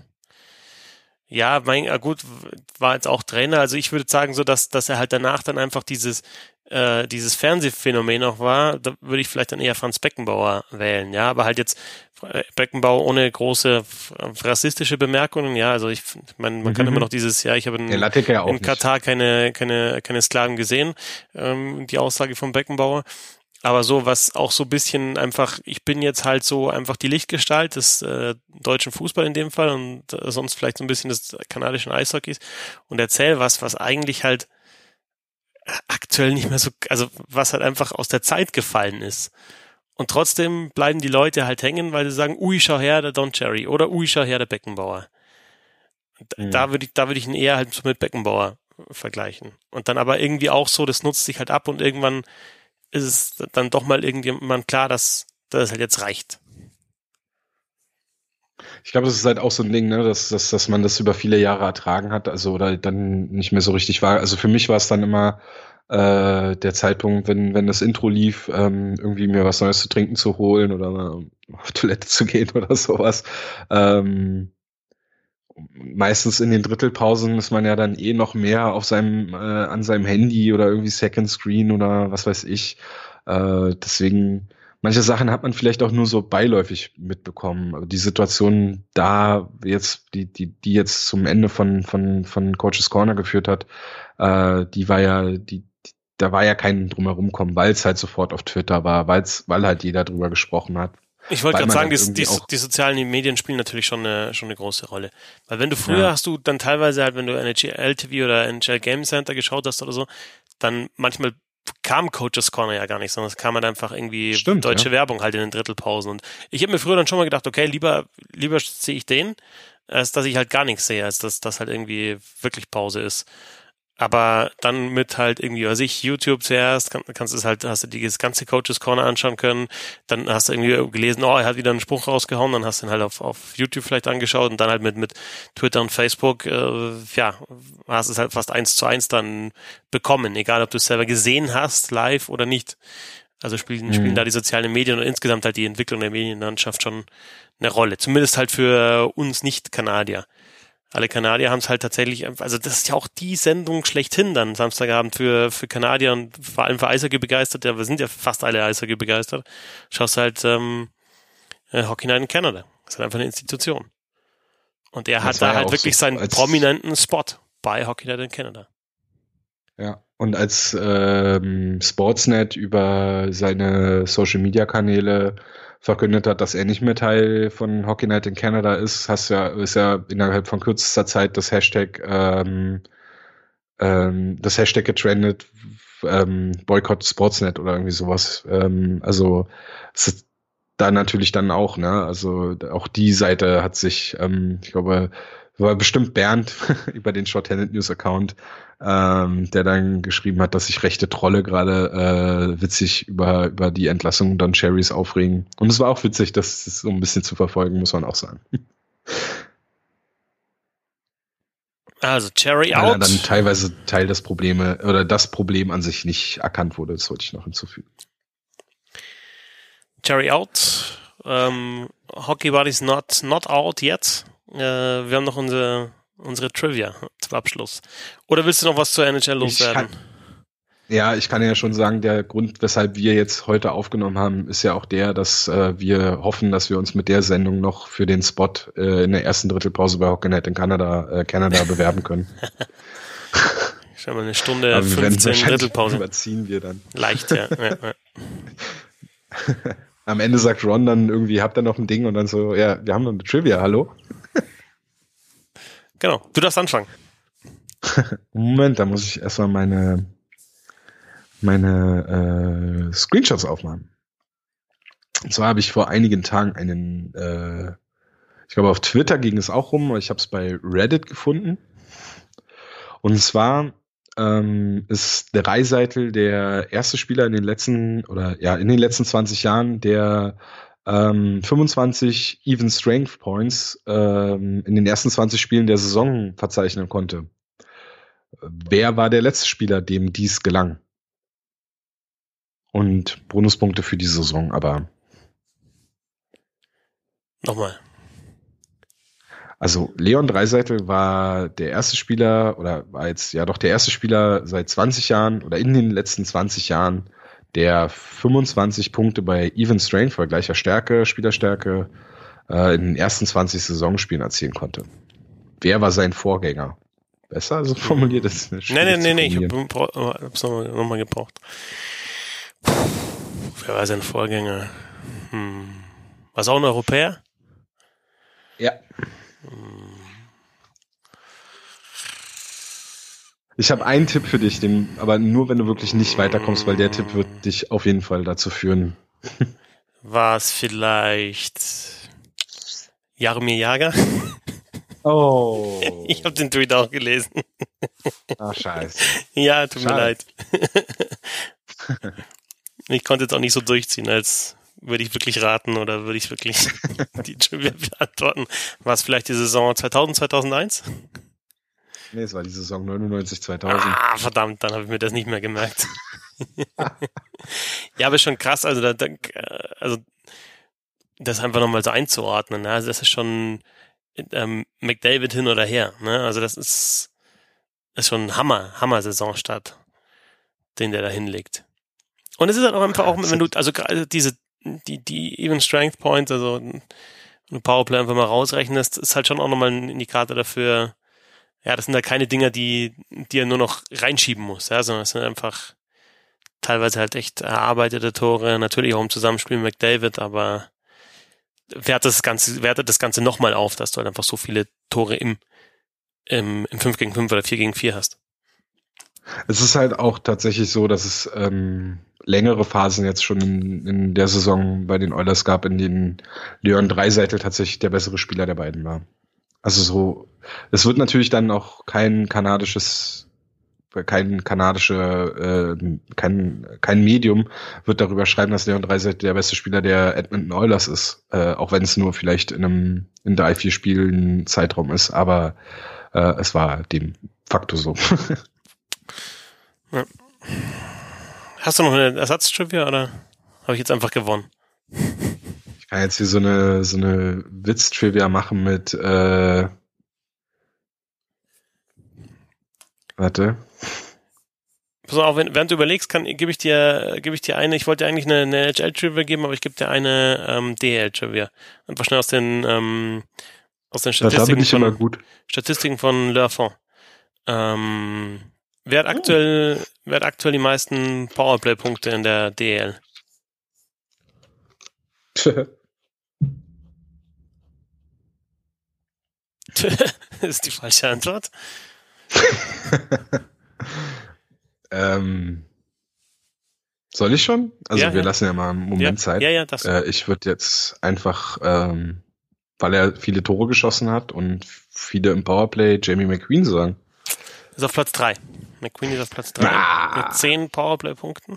Ja, gut, war jetzt auch Trainer. Also ich würde sagen so, dass er halt danach dann einfach dieses Fernsehphänomen auch war. Da würde ich vielleicht dann eher Franz Beckenbauer wählen, ja. Aber halt jetzt Beckenbauer ohne große rassistische Bemerkungen, ja. Also ich meine, man kann immer noch dieses, ja, ich habe in Katar keine Sklaven gesehen, die Aussage von Beckenbauer. Aber so, was auch so ein bisschen einfach, ich bin jetzt halt so einfach die Lichtgestalt des deutschen Fußball in dem Fall und sonst vielleicht so ein bisschen des kanadischen Eishockeys und erzähl was eigentlich halt aktuell nicht mehr so, also was halt einfach aus der Zeit gefallen ist. Und trotzdem bleiben die Leute halt hängen, weil sie sagen, ui, schau her, der Don Cherry oder ui, schau her, der Beckenbauer. Da würde ich ihn eher halt so mit Beckenbauer vergleichen. Und dann aber irgendwie auch so, das nutzt sich halt ab und irgendwann ist es dann doch mal irgendjemand klar, dass das halt jetzt reicht. Ich glaube, das ist halt auch so ein Ding, ne, dass man das über viele Jahre ertragen hat, also oder dann nicht mehr so richtig war. Also für mich war es dann immer der Zeitpunkt, wenn das Intro lief, irgendwie mir was Neues zu trinken zu holen oder mal auf Toilette zu gehen oder sowas. Meistens in den Drittelpausen ist man ja dann noch mehr auf an seinem Handy oder irgendwie Second Screen oder was weiß ich. Deswegen, manche Sachen hat man vielleicht auch nur so beiläufig mitbekommen. Aber die Situation da jetzt, die jetzt zum Ende von Coach's Corner geführt hat, die war ja, da war ja kein drumherum kommen, weil es halt sofort auf Twitter war, weil halt jeder drüber gesprochen hat. Ich wollte gerade sagen, die sozialen Medien spielen natürlich schon eine große Rolle. Weil wenn du früher hast du dann teilweise halt, wenn du NHL TV oder NHL Game Center geschaut hast oder so, dann manchmal kam Coach's Corner ja gar nicht, sondern es kam halt einfach irgendwie deutsche Werbung halt in den Drittelpausen. Und ich habe mir früher dann schon mal gedacht, okay, lieber sehe ich den, als dass ich halt gar nichts sehe, als dass das halt irgendwie wirklich Pause ist. Aber dann mit halt irgendwie, YouTube zuerst, hast du das ganze Coach's Corner anschauen können, dann hast du irgendwie gelesen, er hat wieder einen Spruch rausgehauen, dann hast du ihn halt auf YouTube vielleicht angeschaut und dann halt mit Twitter und Facebook, hast es halt fast 1:1 dann bekommen, egal ob du es selber gesehen hast, live oder nicht. Also spielen da die sozialen Medien und insgesamt halt die Entwicklung der Medienlandschaft schon eine Rolle. Zumindest halt für uns Nicht-Kanadier. Alle Kanadier haben es halt tatsächlich, also das ist ja auch die Sendung schlechthin dann Samstagabend für Kanadier und vor allem für Eishockey begeistert. Ja, wir sind ja fast alle Eishockey begeistert. Schaust halt Hockey Night in Canada. Das ist halt einfach eine Institution. Und er hat da halt wirklich so seinen prominenten Spot bei Hockey Night in Canada. Ja, und als Sportsnet über seine Social-Media-Kanäle verkündet hat, dass er nicht mehr Teil von Hockey Night in Canada ist, ist ja innerhalb von kürzester Zeit das Hashtag getrendet, Boycott Sportsnet oder irgendwie sowas. Also es ist da natürlich dann auch, ne? Also auch die Seite hat sich, ich glaube, war bestimmt Bernd über den Shorthanded News Account, der dann geschrieben hat, dass sich rechte Trolle gerade witzig über die Entlassung Don Cherrys aufregen. Und es war auch witzig, das so ein bisschen zu verfolgen, muss man auch sagen. Also Cherry Weil er out. dann teilweise Teil des Probleme oder das Problem an sich nicht erkannt wurde. Das wollte ich noch hinzufügen. Cherry out. Hockey Buddies not out yet. Wir haben noch unsere Trivia zum Abschluss. Oder willst du noch was zur NHL loswerden? Ich kann ja schon sagen, der Grund, weshalb wir jetzt heute aufgenommen haben, ist ja auch der, dass wir hoffen, dass wir uns mit der Sendung noch für den Spot in der ersten Drittelpause bei Hockey Night in Kanada bewerben können. Schon mal eine Stunde 15 Drittelpause. Überziehen wir dann. Leicht, ja. Am Ende sagt Ron dann irgendwie, habt ihr noch ein Ding? Und dann so, ja, wir haben noch eine Trivia, hallo? Genau, du darfst anfangen. Moment, da muss ich erstmal meine Screenshots aufmachen. Und zwar habe ich vor einigen Tagen ich glaube auf Twitter ging es auch rum, ich habe es bei Reddit gefunden. Und zwar ist Dreiseitel der erste Spieler in den letzten 20 Jahren, der 25 Even Strength Points in den ersten 20 Spielen der Saison verzeichnen konnte. Wer war der letzte Spieler, dem dies gelang? Und Bonuspunkte für die Saison, aber nochmal. Also Leon Draisaitl war der erste Spieler oder war jetzt ja doch der erste Spieler seit 20 Jahren oder in den letzten 20 Jahren, der 25 Punkte bei Even Strength, bei gleicher Stärke, Spielerstärke, in den ersten 20 Saisonspielen erzielen konnte. Wer war sein Vorgänger? Besser also formuliert ist nicht. Nee, ich hab's nochmal gebraucht. Wer war sein Vorgänger? War es auch ein Europäer? Ja. Ich habe einen Tipp für dich, aber nur wenn du wirklich nicht weiterkommst, weil der Tipp wird dich auf jeden Fall dazu führen. War es vielleicht Jaromir Jagr? Oh. Ich habe den Tweet auch gelesen. Ach, scheiße. Ja, tut mir leid. Ich konnte jetzt auch nicht so durchziehen, als würde ich wirklich raten oder würde ich wirklich die Trivia beantworten. War es vielleicht die Saison 2000, 2001? Nee, es war die Saison 99, 2000. Ah, verdammt, dann habe ich mir das nicht mehr gemerkt. Ja, aber schon krass, also das einfach nochmal so einzuordnen. Ne? Also das ist schon McDavid hin oder her. Ne? Also das ist schon Hammer-Saisonstart, den der da hinlegt. Und es ist halt auch einfach auch, wenn du, also gerade die Even Strength Points, also wenn du Powerplay einfach mal rausrechnest, ist halt schon auch nochmal ein Indikator dafür. Ja, das sind halt keine Dinger, die er nur noch reinschieben muss, ja, sondern es sind einfach teilweise halt echt erarbeitete Tore, natürlich auch im Zusammenspiel mit McDavid, aber wertet das Ganze nochmal auf, dass du halt einfach so viele Tore im 5 gegen 5 oder 4 gegen 4 hast. Es ist halt auch tatsächlich so, dass es längere Phasen jetzt schon in der Saison bei den Oilers gab, in denen Leon Draisaitl tatsächlich der bessere Spieler der beiden war. Also so, es wird natürlich dann auch kein Medium wird darüber schreiben, dass Leon Draisaitl der beste Spieler der Edmonton Oilers ist, auch wenn es nur vielleicht in 3-4 Spielen Zeitraum ist, aber es war de facto so. Ja. Hast du noch eine Ersatztrivia oder habe ich jetzt einfach gewonnen? Ich kann jetzt hier so eine Witz-Trivia machen mit warte. Pass auf, während du überlegst, gebe ich dir eine, ich wollte dir eigentlich eine NHL-Trivia geben, aber ich gebe dir eine DL-Trivia. Einfach schnell aus den Statistiken von Le Fond. Wer hat aktuell die meisten Powerplay-Punkte in der DL? Das ist die falsche Antwort. Soll ich schon? Also wir lassen ja mal einen Moment Zeit. Ja, das. Ich würde jetzt einfach, weil er viele Tore geschossen hat und viele im Powerplay, Jamie McQueen sagen. Ist auf Platz 3. McQueen ist auf Platz 3 mit 10 Powerplay-Punkten.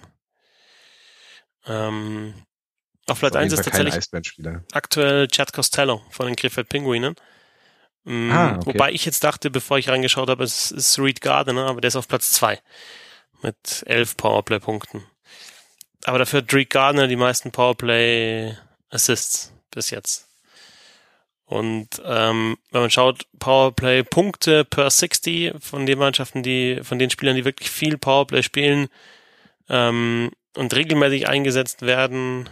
Auf Platz 1 ist tatsächlich aktuell Chad Costello von den Krefeld Pinguinen Okay. Wobei ich jetzt dachte, bevor ich reingeschaut habe, es ist Reed Gardner, aber der ist auf Platz 2 mit 11 Powerplay-Punkten. Aber dafür hat Reed Gardner die meisten Powerplay-Assists bis jetzt. Und wenn man schaut, Powerplay-Punkte per 60 von den Mannschaften, von den Spielern, die wirklich viel Powerplay spielen und regelmäßig eingesetzt werden,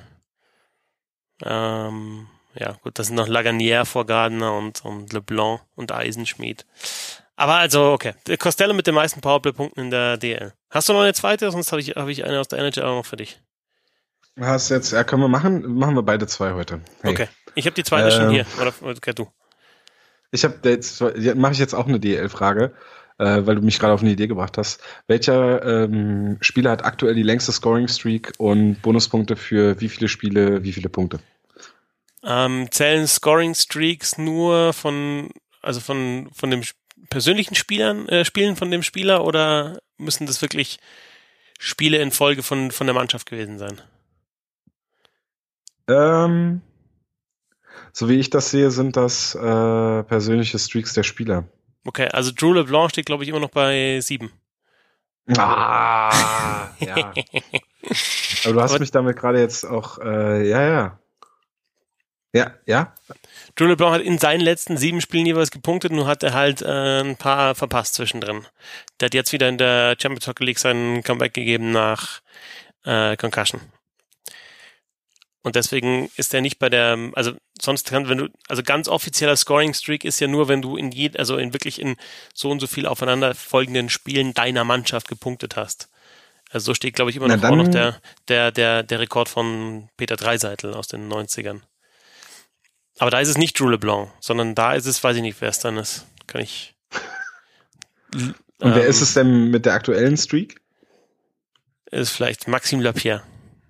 ja gut, das sind noch Laganière vor Gardner und LeBlanc und Eisenschmied. Aber also, okay. Costello mit den meisten Powerplay-Punkten in der DL. Hast du noch eine zweite? Sonst habe ich eine aus der NHL auch noch für dich. Hast jetzt, ja, können wir machen? Machen wir beide 2 heute. Hey. Okay. Ich habe die zweite schon hier. Oder okay, du. Mache ich jetzt auch eine DL-Frage, weil du mich gerade auf eine Idee gebracht hast. Welcher Spieler hat aktuell die längste Scoring-Streak und Bonuspunkte für wie viele Spiele, wie viele Punkte? Zählen Scoring-Streaks nur von dem persönlichen Spielen von dem Spieler oder müssen das wirklich Spiele in Folge von der Mannschaft gewesen sein? So wie ich das sehe, sind das persönliche Streaks der Spieler. Okay, also Drew LeBlanc steht, glaube ich, immer noch bei 7. Ja. Aber du hast mich damit gerade jetzt auch, Ja. Drew LeBlanc hat in seinen letzten 7 Spielen jeweils gepunktet, nur hat er halt ein paar verpasst zwischendrin. Der hat jetzt wieder in der Champions Hockey League seinen Comeback gegeben nach Concussion. Und deswegen ist er nicht bei der, also sonst ganz offizieller Scoring-Streak ist ja nur, wenn du in wirklich in so und so viel aufeinanderfolgenden Spielen deiner Mannschaft gepunktet hast. Also so steht, glaube ich, immer noch auch noch der Rekord von Peter Dreiseitel aus den 90ern. Aber da ist es nicht Drew LeBlanc, sondern da ist es, weiß ich nicht, wer es dann ist. Kann ich. Und wer ist es denn mit der aktuellen Streak? Ist vielleicht Maxime Lapierre.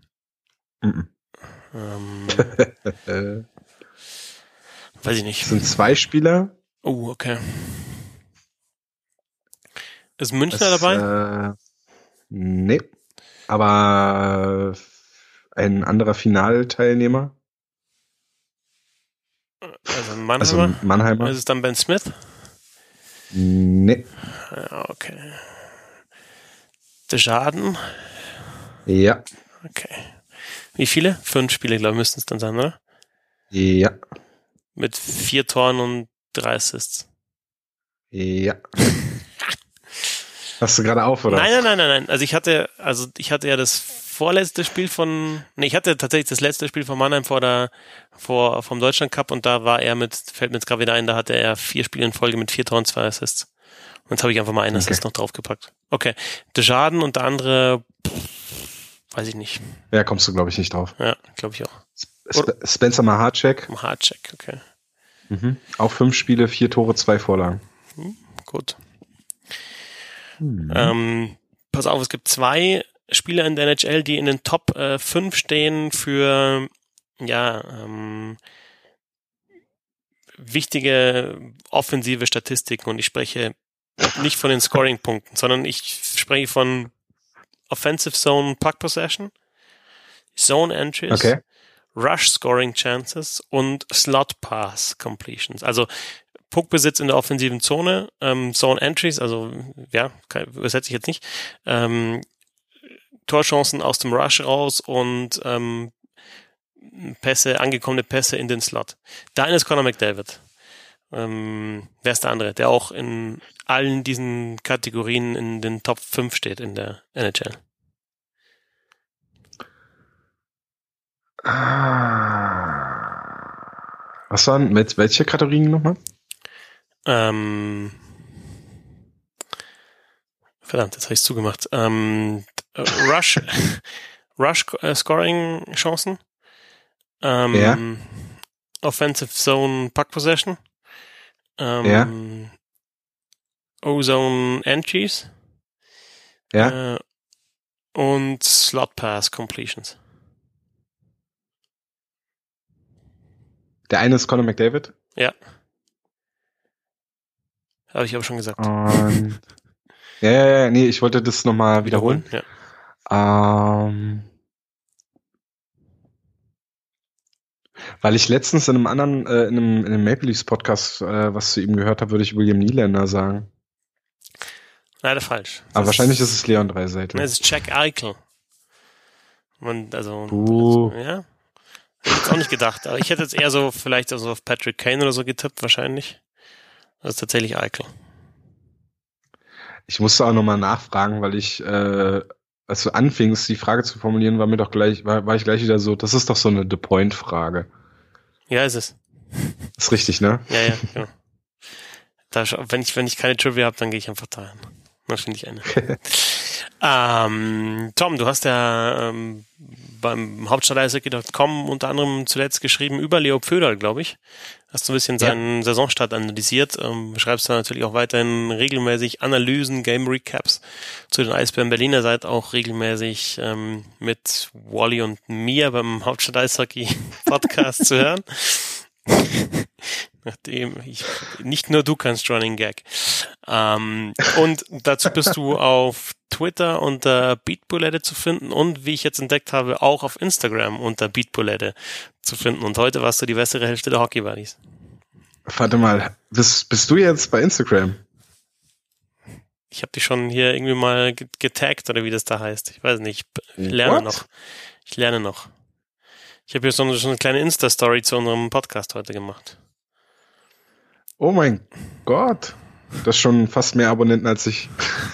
Weiß ich nicht. Das sind 2 Spieler. Oh, okay. Ist Münchner dabei? Nee. Aber ein anderer Finalteilnehmer. Also Mannheimer. Ist es dann Ben Smith? Nee. Ja, okay. Desjardins? Ja. Okay. Wie viele? 5 Spiele, glaube ich, müssten es dann sein, oder? Ja. Mit 4 Toren und 3 Assists. Ja. Hast du gerade auf, oder? Nein. Also ich hatte ja das vorletzte Spiel ich hatte tatsächlich das letzte Spiel von Mannheim vom Deutschland Cup und da war er fällt mir jetzt gerade wieder ein, da hatte er 4 Spiele in Folge mit 4 Toren, 2 Assists. Und jetzt habe ich einfach mal einen Assist noch draufgepackt. Okay. Desjardins und der andere, weiß ich nicht. Ja, kommst du, glaube ich, nicht drauf. Ja, glaube ich auch. Spencer Mahacek. Mahacek, okay. Auch 5 Spiele, 4 Tore, 2 Vorlagen. Gut. Pass auf, es gibt 2 Spieler in der NHL, die in den Top 5 stehen für wichtige offensive Statistiken und ich spreche nicht von den Scoring-Punkten, sondern ich spreche von Offensive Zone Puck Possession, Zone Entries, Rush Scoring Chances und Slot Pass Completions. Also Puckbesitz in der offensiven Zone, Zone Entries, also übersetze ich jetzt nicht, Torchancen aus dem Rush raus und angekommene Pässe in den Slot. Der eine ist Connor McDavid. Wer ist der andere? Der auch in allen diesen Kategorien in den Top 5 steht in der NHL. Was waren mit welche Kategorien nochmal? Verdammt, jetzt habe ich es zugemacht. Rush Scoring Chancen. Offensive Zone Puck Possession. O-Zone Entries. Und Slot Pass Completions. Der eine ist Connor McDavid? Ja. Habe ich aber schon gesagt. Nee, ich wollte das nochmal wiederholen. Ja. Weil ich letztens in einem anderen, in einem Maple Leafs Podcast, was zu ihm gehört habe, würde ich William Nylander sagen. Leider falsch. Aber wahrscheinlich ist es Leon Draisaitl. Es ist Jack Eichel. Also, ja. Hätte ich auch nicht gedacht. Aber ich hätte jetzt eher so vielleicht also auf Patrick Kane oder so getippt, wahrscheinlich. Das ist tatsächlich Eichel. Ich musste auch nochmal nachfragen, weil ich, als du anfingst, die Frage zu formulieren, war ich gleich wieder so, das ist doch so eine The-Point-Frage. Ja, ist es. Ist richtig, ne? Ja, genau. Wenn ich keine Trivia habe, dann gehe ich einfach dahin. Dann finde ich eine. Tom, du hast ja beim Hauptstadt-Eishockey.com unter anderem zuletzt geschrieben über Leo Pföderl, glaube ich. Hast du ein bisschen seinen Saisonstart analysiert. Schreibst da natürlich auch weiterhin regelmäßig Analysen, Game Recaps zu den Eisbären Berliner. Seid auch regelmäßig mit Wally und mir beim Hauptstadt-Eishockey-Podcast zu hören. Nachdem nicht nur du kannst Running Gag. Und dazu bist du auf Twitter unter Beatbulette zu finden und wie ich jetzt entdeckt habe, auch auf Instagram unter Beatbulette zu finden. Und heute warst du die bessere Hälfte der Hockey Buddies. Warte mal, bist du jetzt bei Instagram? Ich habe dich schon hier irgendwie mal getaggt oder wie das da heißt. Ich weiß nicht. Ich lerne noch. Ich habe hier so eine kleine Insta-Story zu unserem Podcast heute gemacht. Oh mein Gott. Das ist schon fast mehr Abonnenten als ich.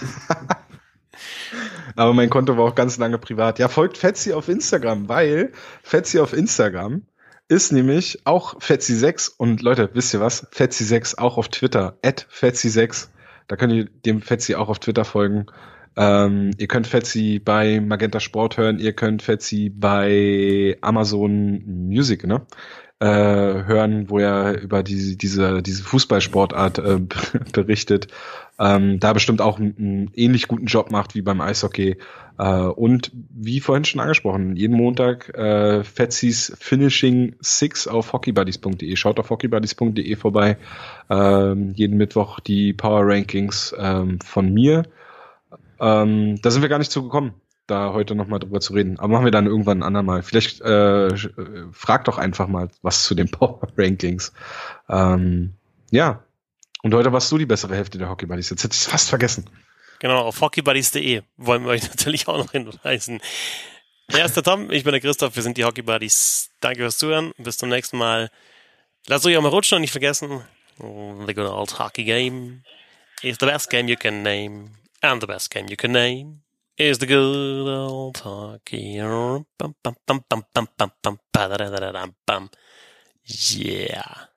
Aber mein Konto war auch ganz lange privat. Ja, folgt Fetzi auf Instagram, weil Fetzi auf Instagram ist nämlich auch Fetzi6 und Leute, wisst ihr was? Fetzi6 auch auf Twitter, @Fetzi6. Da könnt ihr dem Fetzi auch auf Twitter folgen. Ihr könnt Fetzi bei Magenta Sport hören, ihr könnt Fetzi bei Amazon Music, ne? Hören, wo er über diese Fußballsportart berichtet. Da bestimmt auch einen ähnlich guten Job macht wie beim Eishockey. Und wie vorhin schon angesprochen, jeden Montag Fetzis Finishing Six auf hockeybuddies.de. Schaut auf hockeybuddies.de vorbei. Jeden Mittwoch die Power Rankings von mir. Da sind wir gar nicht zugekommen, da heute nochmal drüber zu reden. Aber machen wir dann irgendwann ein andermal. Vielleicht frag doch einfach mal was zu den Power Rankings. Ja. Und heute warst du die bessere Hälfte der Hockey Buddies. Jetzt hätte ich es fast vergessen. Genau, auf hockeybuddies.de wollen wir euch natürlich auch noch hinweisen. Er ist der Tom, ich bin der Christoph, wir sind die Hockey Buddies. Danke fürs Zuhören, bis zum nächsten Mal. Lasst euch auch mal rutschen und nicht vergessen, the good old hockey game is the best game you can name. And the best game you can name is the good old hockey. Yeah.